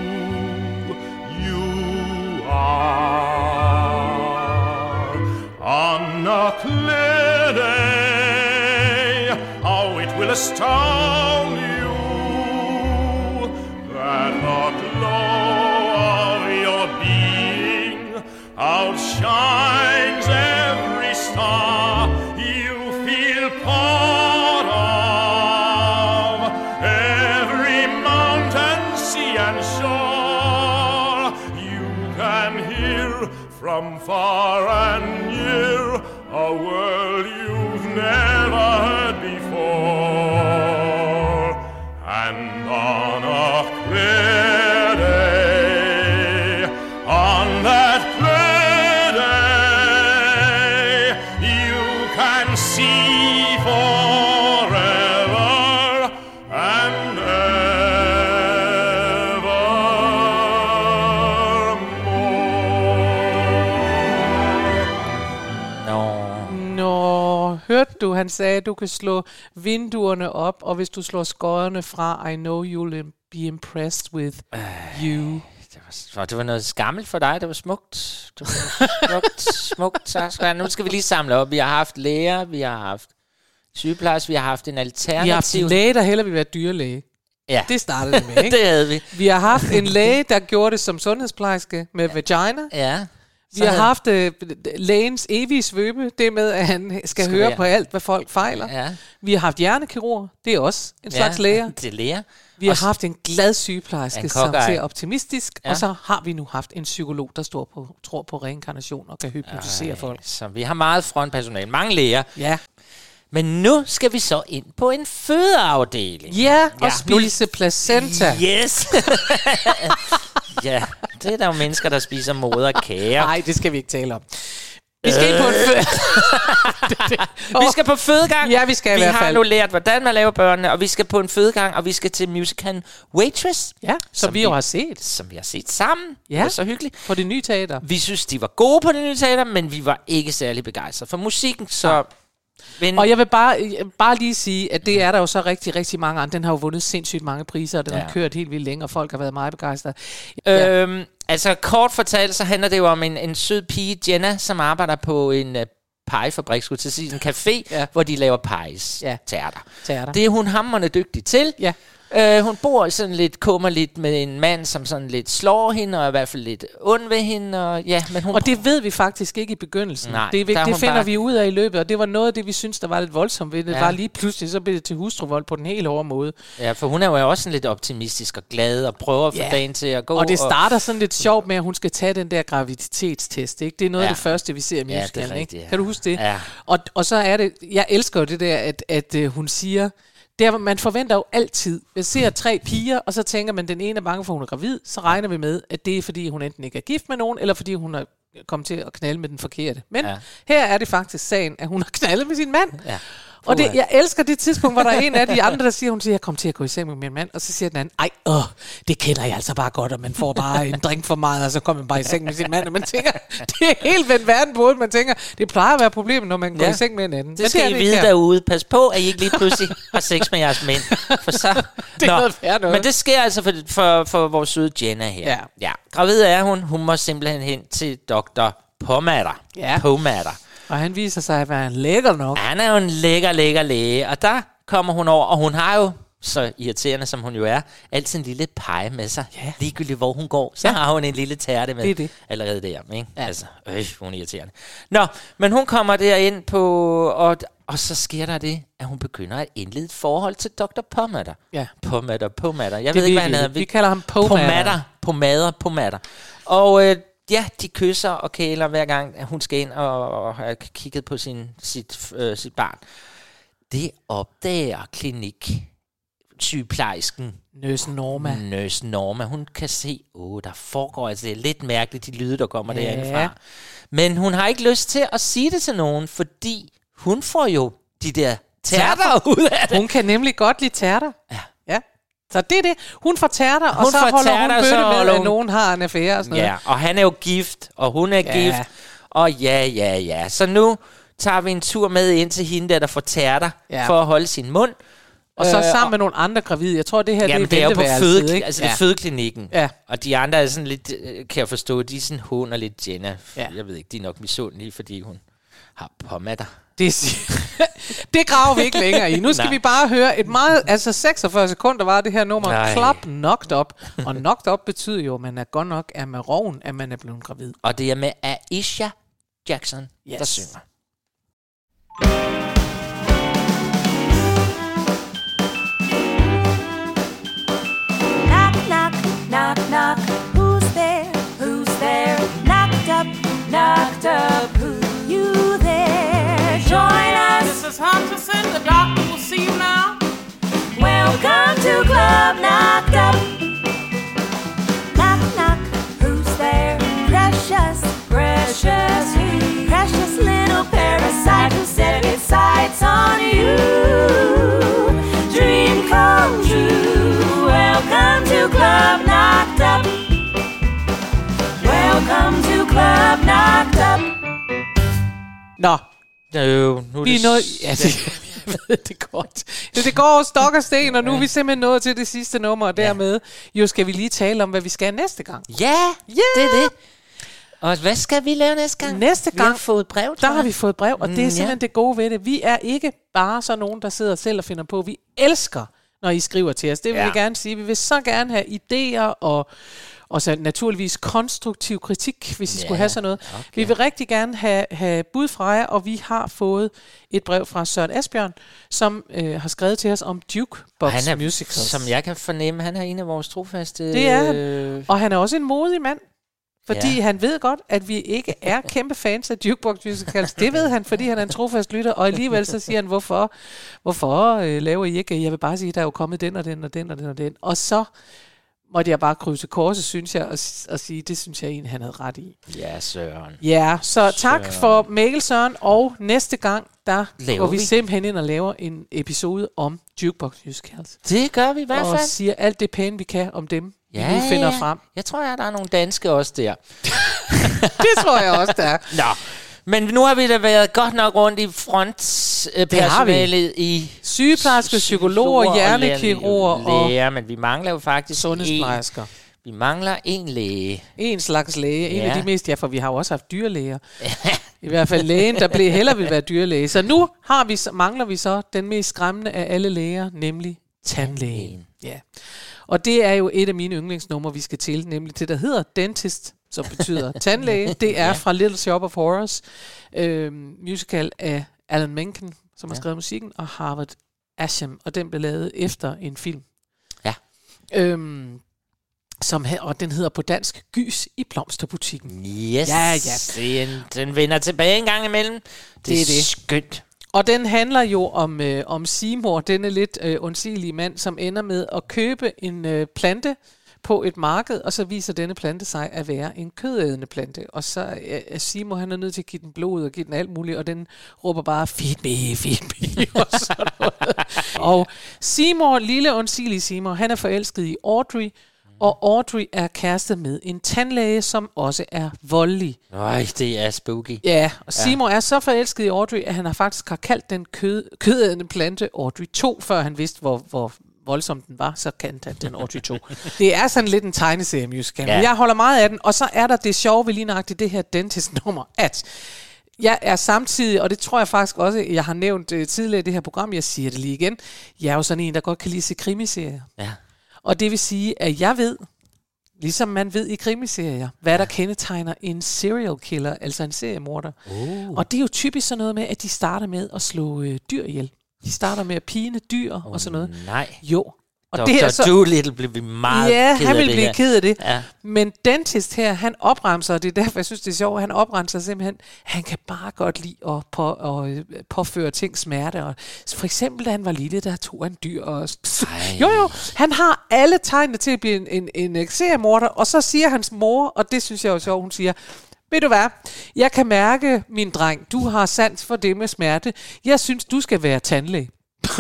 are. On a clear day, how it will astound you that the glow of your being outshines every star you feel part of, every mountain, sea and shore. From far and near, a world you've never heard before, and on a clear day, on that clear day, you can see forever and hørte du, han sagde, at du kan slå vinduerne op, og hvis du slår skårene fra, I know you'll be impressed with øh, you. Det var, det var noget gammelt for dig, det var smukt. Det var smukt, smukt. Så nu skal vi lige samle op. Vi har haft læger, vi har haft sygeplejerske, vi har haft en alternativ. Vi har haft en læge, der hellere vil være dyrlæge. Ja. Det startede det med, ikke? Det havde vi. Vi har haft en læge, der gjorde det som sundhedsplejerske med vagina. Ja. Vi har haft uh, lægens evige svøbe, det med, at han skal, skal høre være. på alt, hvad folk fejler. Ja. Vi har haft hjernekirurg, det er også en ja, slags læger. Det er læger. Vi har også haft en glad sygeplejerske, som ser optimistisk, ja. Og så har vi nu haft en psykolog, der står på, tror på reinkarnation og kan hypnotisere Ej, folk. Så vi har meget frontpersonale, mange læger. Ja. Men nu skal vi så ind på en fødeafdeling. Ja, og ja, spise nu... placenta. Yes. Ja, det er der jo mennesker, der spiser moderkager. Nej, det skal vi ikke tale om. Vi skal øh. på en Vi skal på fødegang. Ja, vi skal vi i hvert fald. Vi har nu lært, hvordan man laver børnene, og vi skal på en fødegang, og vi skal til musicalen Waitress. Ja, som, som vi jo har set. Som vi har set sammen. Ja, det var så hyggeligt. På det nye teater. Vi synes, de var gode på det nye teater, men vi var ikke særlig begejstrede for musikken, så... Ja. Men og jeg vil bare, bare lige sige, at det er der jo så rigtig, rigtig mange andre. Den har jo vundet sindssygt mange priser, og den ja. har kørt helt vildt længe, og folk har været meget begejstrede. Ja. Øhm, altså kort fortalt, så handler det jo om en, en sød pige, Jenna, som arbejder på en uh, pegefabrik, skulle til at sige, en café, ja. hvor de laver peges ja. teater. teater. Det er hun hamrende dygtig til. Ja. Uh, hun bor sådan lidt kummerligt med en mand, som sådan lidt slår hende, og er i hvert fald lidt ond ved hende. Og, ja, men hun og det ved vi faktisk ikke i begyndelsen. Nej, det, det finder bare... vi ud af i løbet, og det var noget af det, vi synes, der var lidt voldsomt ved det. Ja. Var lige pludselig, så blev det til hustruvold på den helt hårde måde. Ja, for hun er jo også sådan lidt optimistisk og glad, og prøver at få ja. dagen til at gå. Og det starter og... sådan lidt sjovt med, at hun skal tage den der graviditetstest. Ikke? Det er noget ja. af det første, vi ser i musicalen. Ja, ikke? Ja. Kan du huske det? Ja. Og, og så er det, jeg elsker jo det der, at, at uh, hun siger... Der, man forventer jo altid, jeg ser tre piger, og så tænker man, at den ene er bange for, at hun er gravid, så regner vi med, at det er, fordi hun enten ikke er gift med nogen, eller fordi hun er kommet til at knalde med den forkerte. Men ja. her er det faktisk sagen, at hun har knaldet med sin mand. Ja. Og det, jeg elsker det tidspunkt, hvor der er en af de andre, der siger, hun siger, jeg kommer til at gå i seng med min mand, og så siger den anden, ej, åh, det kender jeg altså bare godt, og man får bare en drink for meget, og så kommer man bare i seng med sin mand, og man tænker, det er helt vendt verden på hovedet, man tænker, det plejer at være problemet, når man ja. går i seng med en anden. Det skal I vide her. Derude, pas på, at I ikke lige pludselig har sex med jeres mænd, for så... det er Nå, noget fair noget. Men det sker altså for, for, for vores søde Jenna her. Ja. ja. Gravid er hun, hun må simpelthen hen til doktor Pomatter. Ja. Pomatter. Og han viser sig at være en lækker nok. Han er jo en lækker, lækker læge. Og der kommer hun over, og hun har jo, så irriterende som hun jo er, altid en lille pege med sig. Ja. Ligegyldigt hvor hun går, så ja. har hun en lille tærte med. Det er det. Allerede der, ikke? Ja. Altså, øh, hun er irriterende. Nå, men hun kommer derind på, og, og så sker der det, at hun begynder at indlede et forhold til doktor Pomatter. Ja. Pomatter, Pomatter. Jeg det ved ikke, hvad han hedder. Vi kalder ham Pomatter. Pomatter, Pomader, Pomatter. Og... Øh, ja, de kysser og kæler hver gang, at hun skal ind og, og have kigget på sin, sit, øh, sit barn. Det opdager klinik sygeplejersken. Nurse Norma. Nurse Norma. Hun kan se, åh, der foregår altså, det er lidt mærkeligt, de lyde, der kommer ja. derindefra. Men hun har ikke lyst til at sige det til nogen, fordi hun får jo de der tærter ud af det. Hun kan nemlig godt lide tærter. Ja. Ja. Så det er det. Hun får tærter, og så holder tærter, hun bøtte med, at nogen har en affære og sådan ja, noget. Og han er jo gift, og hun er ja. gift. Og ja, ja, ja. Så nu tager vi en tur med ind til hende, der, der får tærter, ja. for at holde sin mund. Og så øh, sammen og med nogle andre gravide. Jeg tror, det her jamen, det er, det er jo på føde, altså ja. det er fødeklinikken. Ja. Og de andre er sådan lidt, kan jeg forstå, de er sådan hun og lidt Jenna. Ja. Jeg ved ikke, de er nok misundelige, fordi hun har pomatter. Det, det graver vi ikke længere i. Nu skal vi bare høre et meget... Altså seksogfyrre sekunder var det her nummer. Nej. Club Knocked Up. Og Knocked Up betyder jo, at man er godt nok er med roven, at man er blevet gravid. Og det er med Aisha Jackson, yes. der synger. Knock, knock, knock, knock. Who's there? Who's there? Knocked up, knocked up. Who you there? Join us. Missus Hunterson, the doctor will see you now. Welcome to Club Knocked Up. Knock, knock. Who's there? Precious, precious, precious little parasite who set its sights on you. Dream come true. Welcome to Club Knocked Up. Welcome to Club Knocked Up. Nå. No, nu vi er nået... Ja, det, jeg ved det godt. Det, det går over stok og sten, og nu er vi simpelthen nået til det sidste nummer, og dermed jo skal vi lige tale om, hvad vi skal næste gang. Ja, yeah, yeah. det er det. Og hvad skal vi lave næste gang? Næste gang, vi har fået brev, der har vi fået brev, og det er simpelthen mm, ja. det gode ved det. Vi er ikke bare så nogen, der sidder selv og finder på. Vi elsker, når I skriver til os. Det vil ja. vi gerne sige. Vi vil så gerne have idéer og... Og så naturligvis konstruktiv kritik, hvis I yeah, skulle have sådan noget. Okay. Vi vil rigtig gerne have, have bud fra jer, og vi har fået et brev fra Søren Asbjørn, som øh, har skrevet til os om Jukebox han er, Musicals. Som jeg kan fornemme, han er en af vores trofaste... Det er han. Og han er også en modig mand, fordi ja. han ved godt, at vi ikke er kæmpe fans af Jukebox Musicals. Det ved han, fordi han er en trofast lytter, og alligevel så siger han, hvorfor, hvorfor øh, laver I ikke? Jeg vil bare sige, der er jo kommet den og den og den og den og den. Og så... måtte jeg bare krydse korset, synes jeg, og, og sige, det synes jeg egentlig, han havde ret i. Ja, Søren. Ja, så tak Søren. for mail, Søren, og næste gang, der laver går vi, vi simpelthen ind og laver en episode om Jukebox Musicals. Det gør vi i hvert fald. Og siger alt det pæne, vi kan om dem, ja, vi nu finder ja. frem. Jeg tror, at der er nogle danske også der. Det tror jeg også, der er. Nå. Men nu har vi da været godt nok rundt i frontpersonalet i sygeplejersker, psykologer, hjernekirurger og læger, men vi mangler jo faktisk sundhedsplejersker. En, vi mangler en læge. En slags læge. En ja. af de mest, ja, for vi har jo også haft dyrlæger. I hvert fald lægen, der blev hellere vil være dyrlæge. Så nu har vi, mangler vi så den mest skræmmende af alle læger, nemlig tandlægen. Ja. Og det er jo et af mine yndlingsnumre, vi skal til, nemlig det, der hedder Dentist, som betyder tandlæge. Det er ja. fra Little Shop of Horrors, øh, musical af Alan Menken, som har ja. skrevet musikken, og Harvard Asham, og den blev lavet efter en film. Ja. Øhm, som her, og den hedder på dansk Gys i blomsterbutikken. Yes. Ja, ja. Den, den vender tilbage en gang imellem. Det, det er det. Skønt. Og den handler jo om, øh, om Seymour, denne lidt øh, ondsigelige mand, som ender med at købe en øh, plante på et marked, og så viser denne plante sig at være en kødædende plante. Og så er øh, Seymour, han er nødt til at give den blod og give den alt muligt, og den råber bare, feed me, feed me, og sådan noget. Og Seymour, lille ondsigelige Seymour, han er forelsket i Audrey, og Audrey er kæreste med en tandlæge, som også er voldelig. Nej, det er spooky. Ja, og Seymour ja. er så forelsket i Audrey, at han har faktisk har kaldt den kød, kødædende plante Audrey to, før han vidste, hvor, hvor voldsom den var, så kaldte han den Audrey to. Det er sådan lidt en tegneserie musical, ja. men jeg holder meget af den, og så er der det sjove ved lige nøjagtigt det her Dentist-nummer, at jeg er samtidig, og det tror jeg faktisk også, jeg har nævnt uh, tidligere i det her program, jeg siger det lige igen, jeg er jo sådan en, der godt kan lide se krimiserier. Ja. Og det vil sige, at jeg ved, ligesom man ved i krimiserier, hvad ja. der kendetegner en serial killer, altså en seriemorder. Oh. Og det er jo typisk sådan noget med, at de starter med at slå øh, dyr ihjel. De starter med at pine dyr oh, og sådan noget. Nej. Jo. Og doktor det her så, Dolittle blev vi meget ja, ked af han ville det blive her. ked af det. Ja. Men Dentist her, han opremser, og det er derfor, jeg synes, det er sjovt, han opremser simpelthen, han kan bare godt lide at, på, at påføre ting smerte. Og for eksempel, da han var lille, der tog han dyr. Og jo, jo, han har alle tegnene til at blive en, en, en seriemorder, og så siger hans mor, og det synes jeg jo sjovt, hun siger, ved du hvad, jeg kan mærke, min dreng, du har sans for det med smerte. Jeg synes, du skal være tandlæge.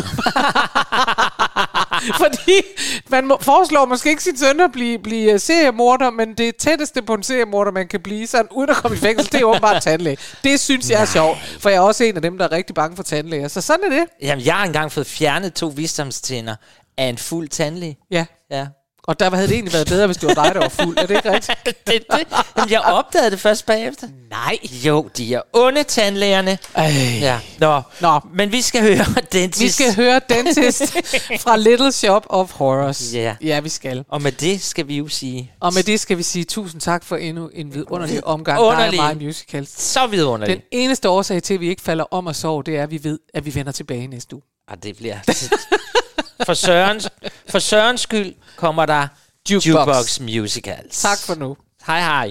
Fordi man må, foreslår måske ikke sin søn at blive, blive seriemorder, men det tætteste på en seriemorder, man kan blive, sådan uden at komme i fængsel, det er åbenbart tandlæge. Det synes jeg er sjovt, for jeg er også en af dem, der er rigtig bange for tandlæger. Så sådan er det. Jamen, jeg har engang fået fjernet to visdomstænder af en fuld tandlæge. Ja. Ja. Og der havde det egentlig været bedre, hvis det var dig, der var fuld. Er det ikke rigtigt? det, det. Jamen, jeg opdagede det først bagefter. Nej. Jo, de er onde tandlægerne. Ej. Ja. Nå. Nå. Men vi skal høre Dentist. Vi skal høre Dentist fra Little Shop of Horrors. Ja. Ja, vi skal. Og med det skal vi jo sige... Og med det skal vi sige tusind tak for endnu en vidunderlig omgang. Underlig. Der er mig musical. Så vidunderlig. Den eneste årsag til, at vi ikke falder om og sover, det er, at vi ved, at vi vender tilbage næste uge. Og det bliver... for, Sørens, for Sørens skyld kommer der... Jukebox. Jukebox Musicals. Tak for nu. Hej hej.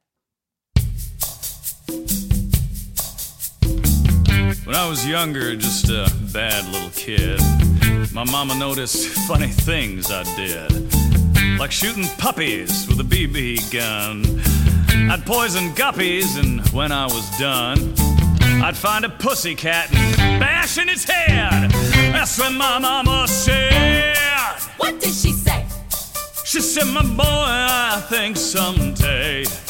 When I was younger, just a bad little kid, my mama noticed funny things I did. Like shooting puppies with a B B gun. I'd poison guppies, and when I was done, I'd find a pussycat and bash in his head. That's when my mama said, what did she say? She said, my boy, I think someday